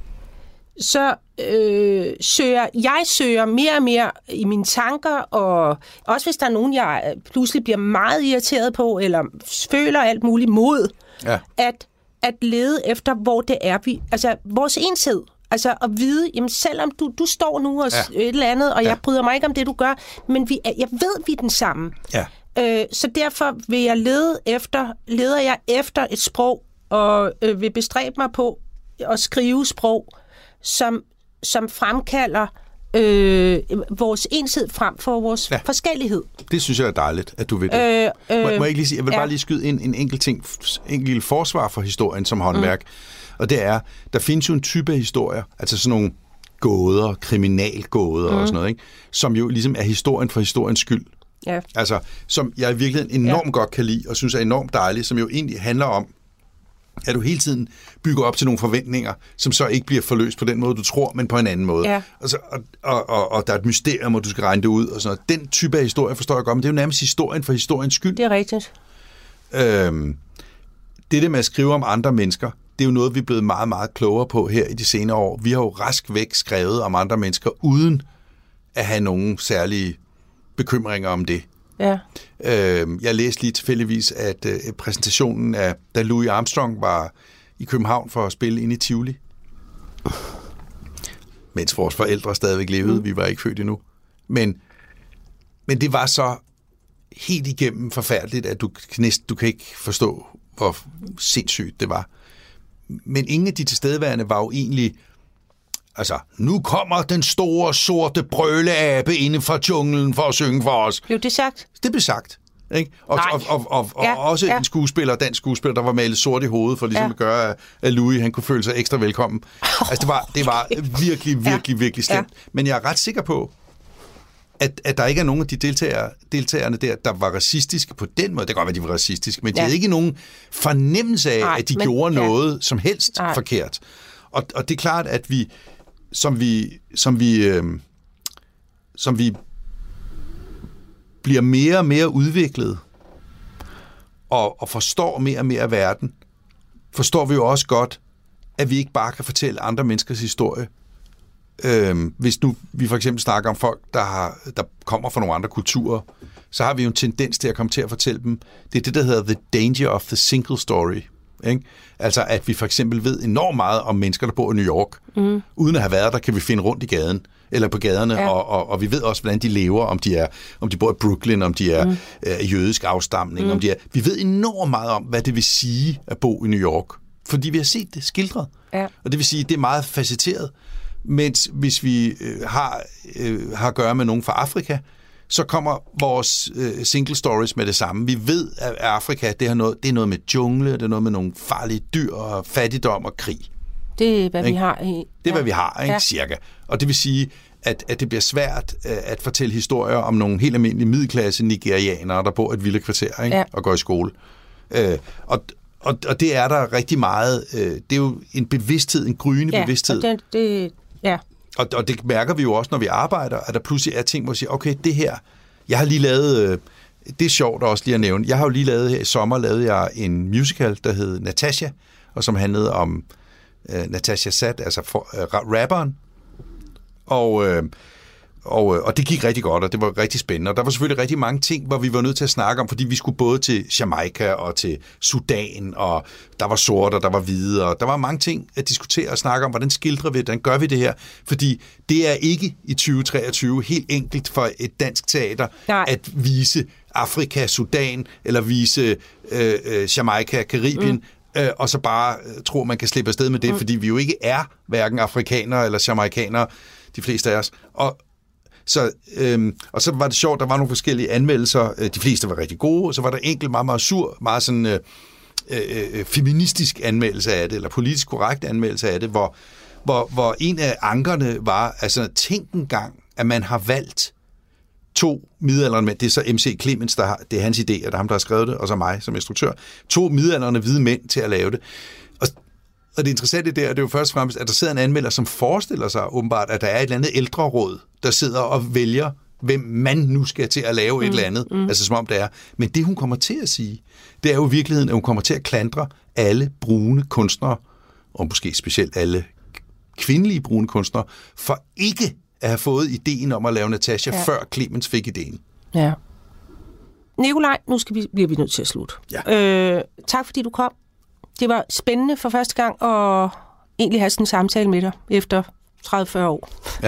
C: så øh, søger jeg søger mere og mere i mine tanker, og også hvis der er nogen, jeg pludselig bliver meget irriteret på, eller føler alt muligt mod, ja. at, at lede efter, hvor det er, vi, altså vores enshed. Altså at vide, jamen selvom du, du står nu og ja. Et eller andet, og ja. Jeg bryder mig ikke om det, du gør, men vi, jeg ved, vi er den samme. Ja. Øh, så derfor vil jeg lede efter, leder jeg efter et sprog, og øh, vil bestræbe mig på at skrive sprog, som, som fremkalder øh, vores enshed frem for vores ja. Forskellighed.
D: Det synes jeg er dejligt, at du vil det. Øh, øh, må, må jeg ikke lige sige, jeg vil ja. Bare lige skyde ind en enkelt ting, en lille forsvar for historien som håndværk, mm. og det er, der findes jo en type af historier, altså sådan nogle gåder, kriminalgåder mm. og sådan noget, ikke? Som jo ligesom er historien for historiens skyld. Ja. Altså, som jeg i virkeligheden enormt ja. Godt kan lide, og synes er enormt dejligt, som jo egentlig handler om, at du hele tiden bygger op til nogle forventninger, som så ikke bliver forløst på den måde, du tror, men på en anden måde. Ja. Altså, og, og, og, og der er et mysterium, og du skal regne det ud. Og sådan noget. Den type af historie forstår jeg godt, men det er jo nærmest historien for historiens skyld.
C: Det er rigtigt.
D: Øhm, det der med at skrive om andre mennesker, det er jo noget, vi er blevet meget, meget klogere på her i de senere år. Vi har jo rask væk skrevet om andre mennesker, uden at have nogen særlige bekymringer om det. Ja. Øh, jeg læste lige tilfældigvis, at øh, præsentationen af, da Louis Armstrong var i København for at spille inde i Tivoli, mens vores forældre stadigvæk levede, mm. vi var ikke født endnu. Men, men det var så helt igennem forfærdeligt, at du, næsten, du kan ikke forstå, hvor sindssygt det var. Men ingen af de tilstedeværende var jo egentlig Altså, nu kommer den store, sorte brøleabe inden for junglen for at synge for os.
C: Jo, det er sagt.
D: Det blev sagt. Ikke? Og, og, og, og, og ja, også ja. en skuespiller, dansk skuespiller, der var malet sort i hovedet, for ligesom ja. at gøre, at Louis han kunne føle sig ekstra velkommen. Oh, altså, det var, det var virkelig, virkelig, ja. virkelig slemt. Ja. Men jeg er ret sikker på, at, at der ikke er nogen af de deltagere, deltagerne der, der var racistiske på den måde. Det kan godt være, de var racistiske, men ja. de havde ikke nogen fornemmelse af, Nej, at de men, gjorde ja. noget som helst Nej. forkert. Og, og det er klart, at vi, som vi, som vi, øh, som vi bliver mere og mere udviklet og, og forstår mere og mere af verden, forstår vi jo også godt, at vi ikke bare kan fortælle andre menneskers historie. Øhm, hvis nu vi for eksempel snakker om folk, der, har, der kommer fra nogle andre kulturer, så har vi jo en tendens til at komme til at fortælle dem, det er det, der hedder the danger of the single story. Ikke? Altså, at vi for eksempel ved enormt meget om mennesker, der bor i New York. Mm. Uden at have været der, kan vi finde rundt i gaden, eller på gaderne, ja. og, og, og vi ved også, hvordan de lever, om de er, om de bor i Brooklyn, om de er mm. øh, jødisk afstamning, mm. om de er... Vi ved enormt meget om, hvad det vil sige at bo i New York, fordi vi har set det skildret. Ja. Og det vil sige, at det er meget facetteret. Mens hvis vi øh, har, øh, har at gøre med nogen fra Afrika, så kommer vores øh, single stories med det samme. Vi ved, at Afrika, det, har noget, det er noget med jungle, det er noget med nogle farlige dyr og fattigdom og krig.
C: Det er, hvad
D: ikke?
C: vi har. I,
D: det er, ja. hvad vi har, ikke? Ja. Cirka. Og det vil sige, at, at det bliver svært øh, at fortælle historier om nogle helt almindelige middelklasse nigerianere, der bor i et villekvarter, ikke? Ja. Og går i skole. Øh, og, og, og det er der rigtig meget... Øh, det er jo en bevidsthed, en gryende ja, bevidsthed.
C: Og det, det, ja,
D: Og, og det mærker vi jo også, når vi arbejder, at der pludselig er ting, hvor vi siger, okay, det her, jeg har lige lavet, øh, det er sjovt også lige at nævne, jeg har jo lige lavet her i sommer, lavede jeg en musical, der hed Natasha, og som handlede om øh, Natasha Sat, altså for, øh, rapperen, og, øh, og, og det gik rigtig godt, og det var rigtig spændende, og der var selvfølgelig rigtig mange ting, hvor vi var nødt til at snakke om, fordi vi skulle både til Jamaica og til Sudan, og der var sorte, og der var hvide, og der var mange ting at diskutere og snakke om, hvordan skildrer vi det, hvordan gør vi det her, fordi det er ikke i tyve treogtyve helt enkelt for et dansk teater Nej. at vise Afrika, Sudan, eller vise øh, øh, Jamaica, Karibien, mm. øh, og så bare øh, tro, man kan slippe afsted med det, mm. fordi vi jo ikke er hverken afrikanere eller jamaikanere, de fleste af os, og Så, øhm, og så var det sjovt, der var nogle forskellige anmeldelser, de fleste var rigtig gode, og så var der enkelt meget, meget sur, meget sådan øh, øh, feministisk anmeldelse af det, eller politisk korrekt anmeldelse af det, hvor, hvor, hvor en af ankerne var, altså tænk en gang, at man har valgt to midaldrende mænd, det er så M C Clemens, der har, det er hans idé, og det er ham, der har skrevet det, og så mig som instruktør, to midaldrende hvide mænd til at lave det. Og Og det interessante der, det er jo først og fremmest, at der sidder en anmelder, som forestiller sig åbenbart, at der er et eller andet ældreråd, der sidder og vælger, hvem man nu skal til at lave mm. et eller andet. Mm. Altså som om det er. Men det, hun kommer til at sige, det er jo i virkeligheden, at hun kommer til at klandre alle brune kunstnere, og måske specielt alle kvindelige brune kunstnere, for ikke at have fået ideen om at lave Natasha, ja. før Clemens fik ideen.
C: Ja. Nikolaj, nu skal vi, bliver vi nødt til at slutte. Ja. Øh, tak fordi du kom. Det var spændende for første gang at egentlig have sådan en samtale med dig efter tredive til fyrre år. Ja.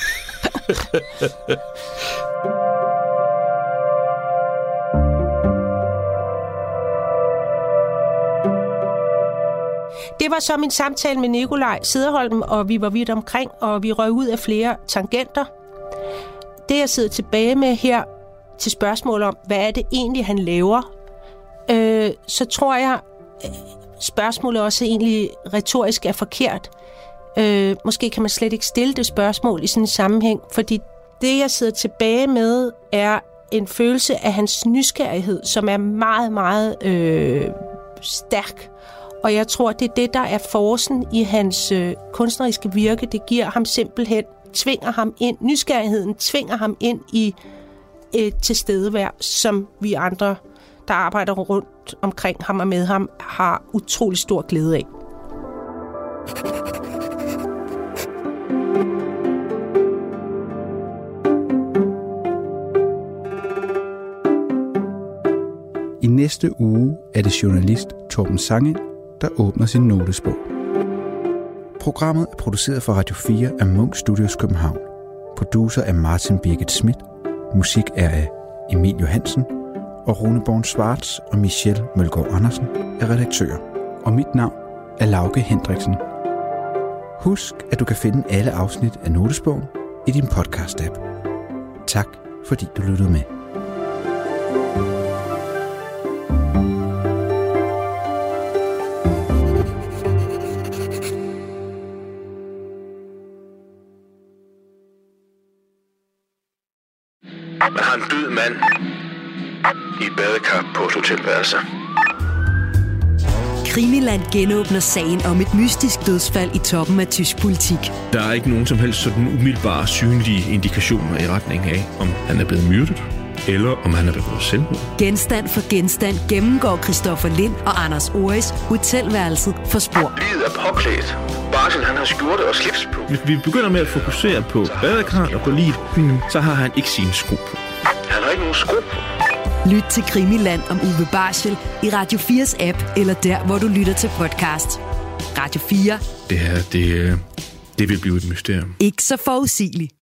C: Det var så min samtale med Nikolaj Cederholm, og vi var vidt omkring, og vi røg ud af flere tangenter. Det, jeg sidder tilbage med her til spørgsmål om, hvad er det egentlig, han laver, øh, så tror jeg, spørgsmålet også egentlig retorisk er forkert. Øh, måske kan man slet ikke stille det spørgsmål i sådan en sammenhæng, fordi det, jeg sidder tilbage med, er en følelse af hans nysgerrighed, som er meget, meget øh, stærk. Og jeg tror, det er det, der er forcen i hans øh, kunstneriske virke. Det giver ham simpelthen, tvinger ham ind, nysgerrigheden tvinger ham ind i et tilstedevær, som vi andre, der arbejder rundt omkring ham og med ham, har utrolig stor glæde af.
A: I næste uge er det journalist Torben Sange, der åbner sin notesbog. Programmet er produceret for Radio fire af Munch Studios København. Producer er Martin Birgit Schmidt. Musik er af Emil Johansen. Og Rune Born Schwartz og Michelle Mølgaard Andersen er redaktører. Og mit navn er Lauke Hendriksen. Husk, at du kan finde alle afsnit af Notesbogen i din podcast-app. Tak, fordi du lyttede med.
E: Man har en død mand i et badekar på et hotelværelse.
B: Krimiland genåbner sagen om et mystisk dødsfald i toppen af tysk politik.
F: Der er ikke nogen som helst sådan umiddelbare synlige indikationer i retning af, om han er blevet myrdet, eller om han er begået selvmord.
B: Genstand for genstand gennemgår Christoffer Lind og Anders Oris hotelværelset for spor.
E: Liget er påklædt. Barsel, han har skjorte og slips på.
F: Hvis vi begynder med at fokusere på badekarret og på liget, så har han ikke sine sko på.
E: Han har ikke nogen sko på.
B: Lyt til Krimiland om Uwe Barschel i Radio fires app, eller der, hvor du lytter til podcast. Radio fire.
F: Det her, det, det vil blive et mysterium.
B: Ikke så forudsigeligt.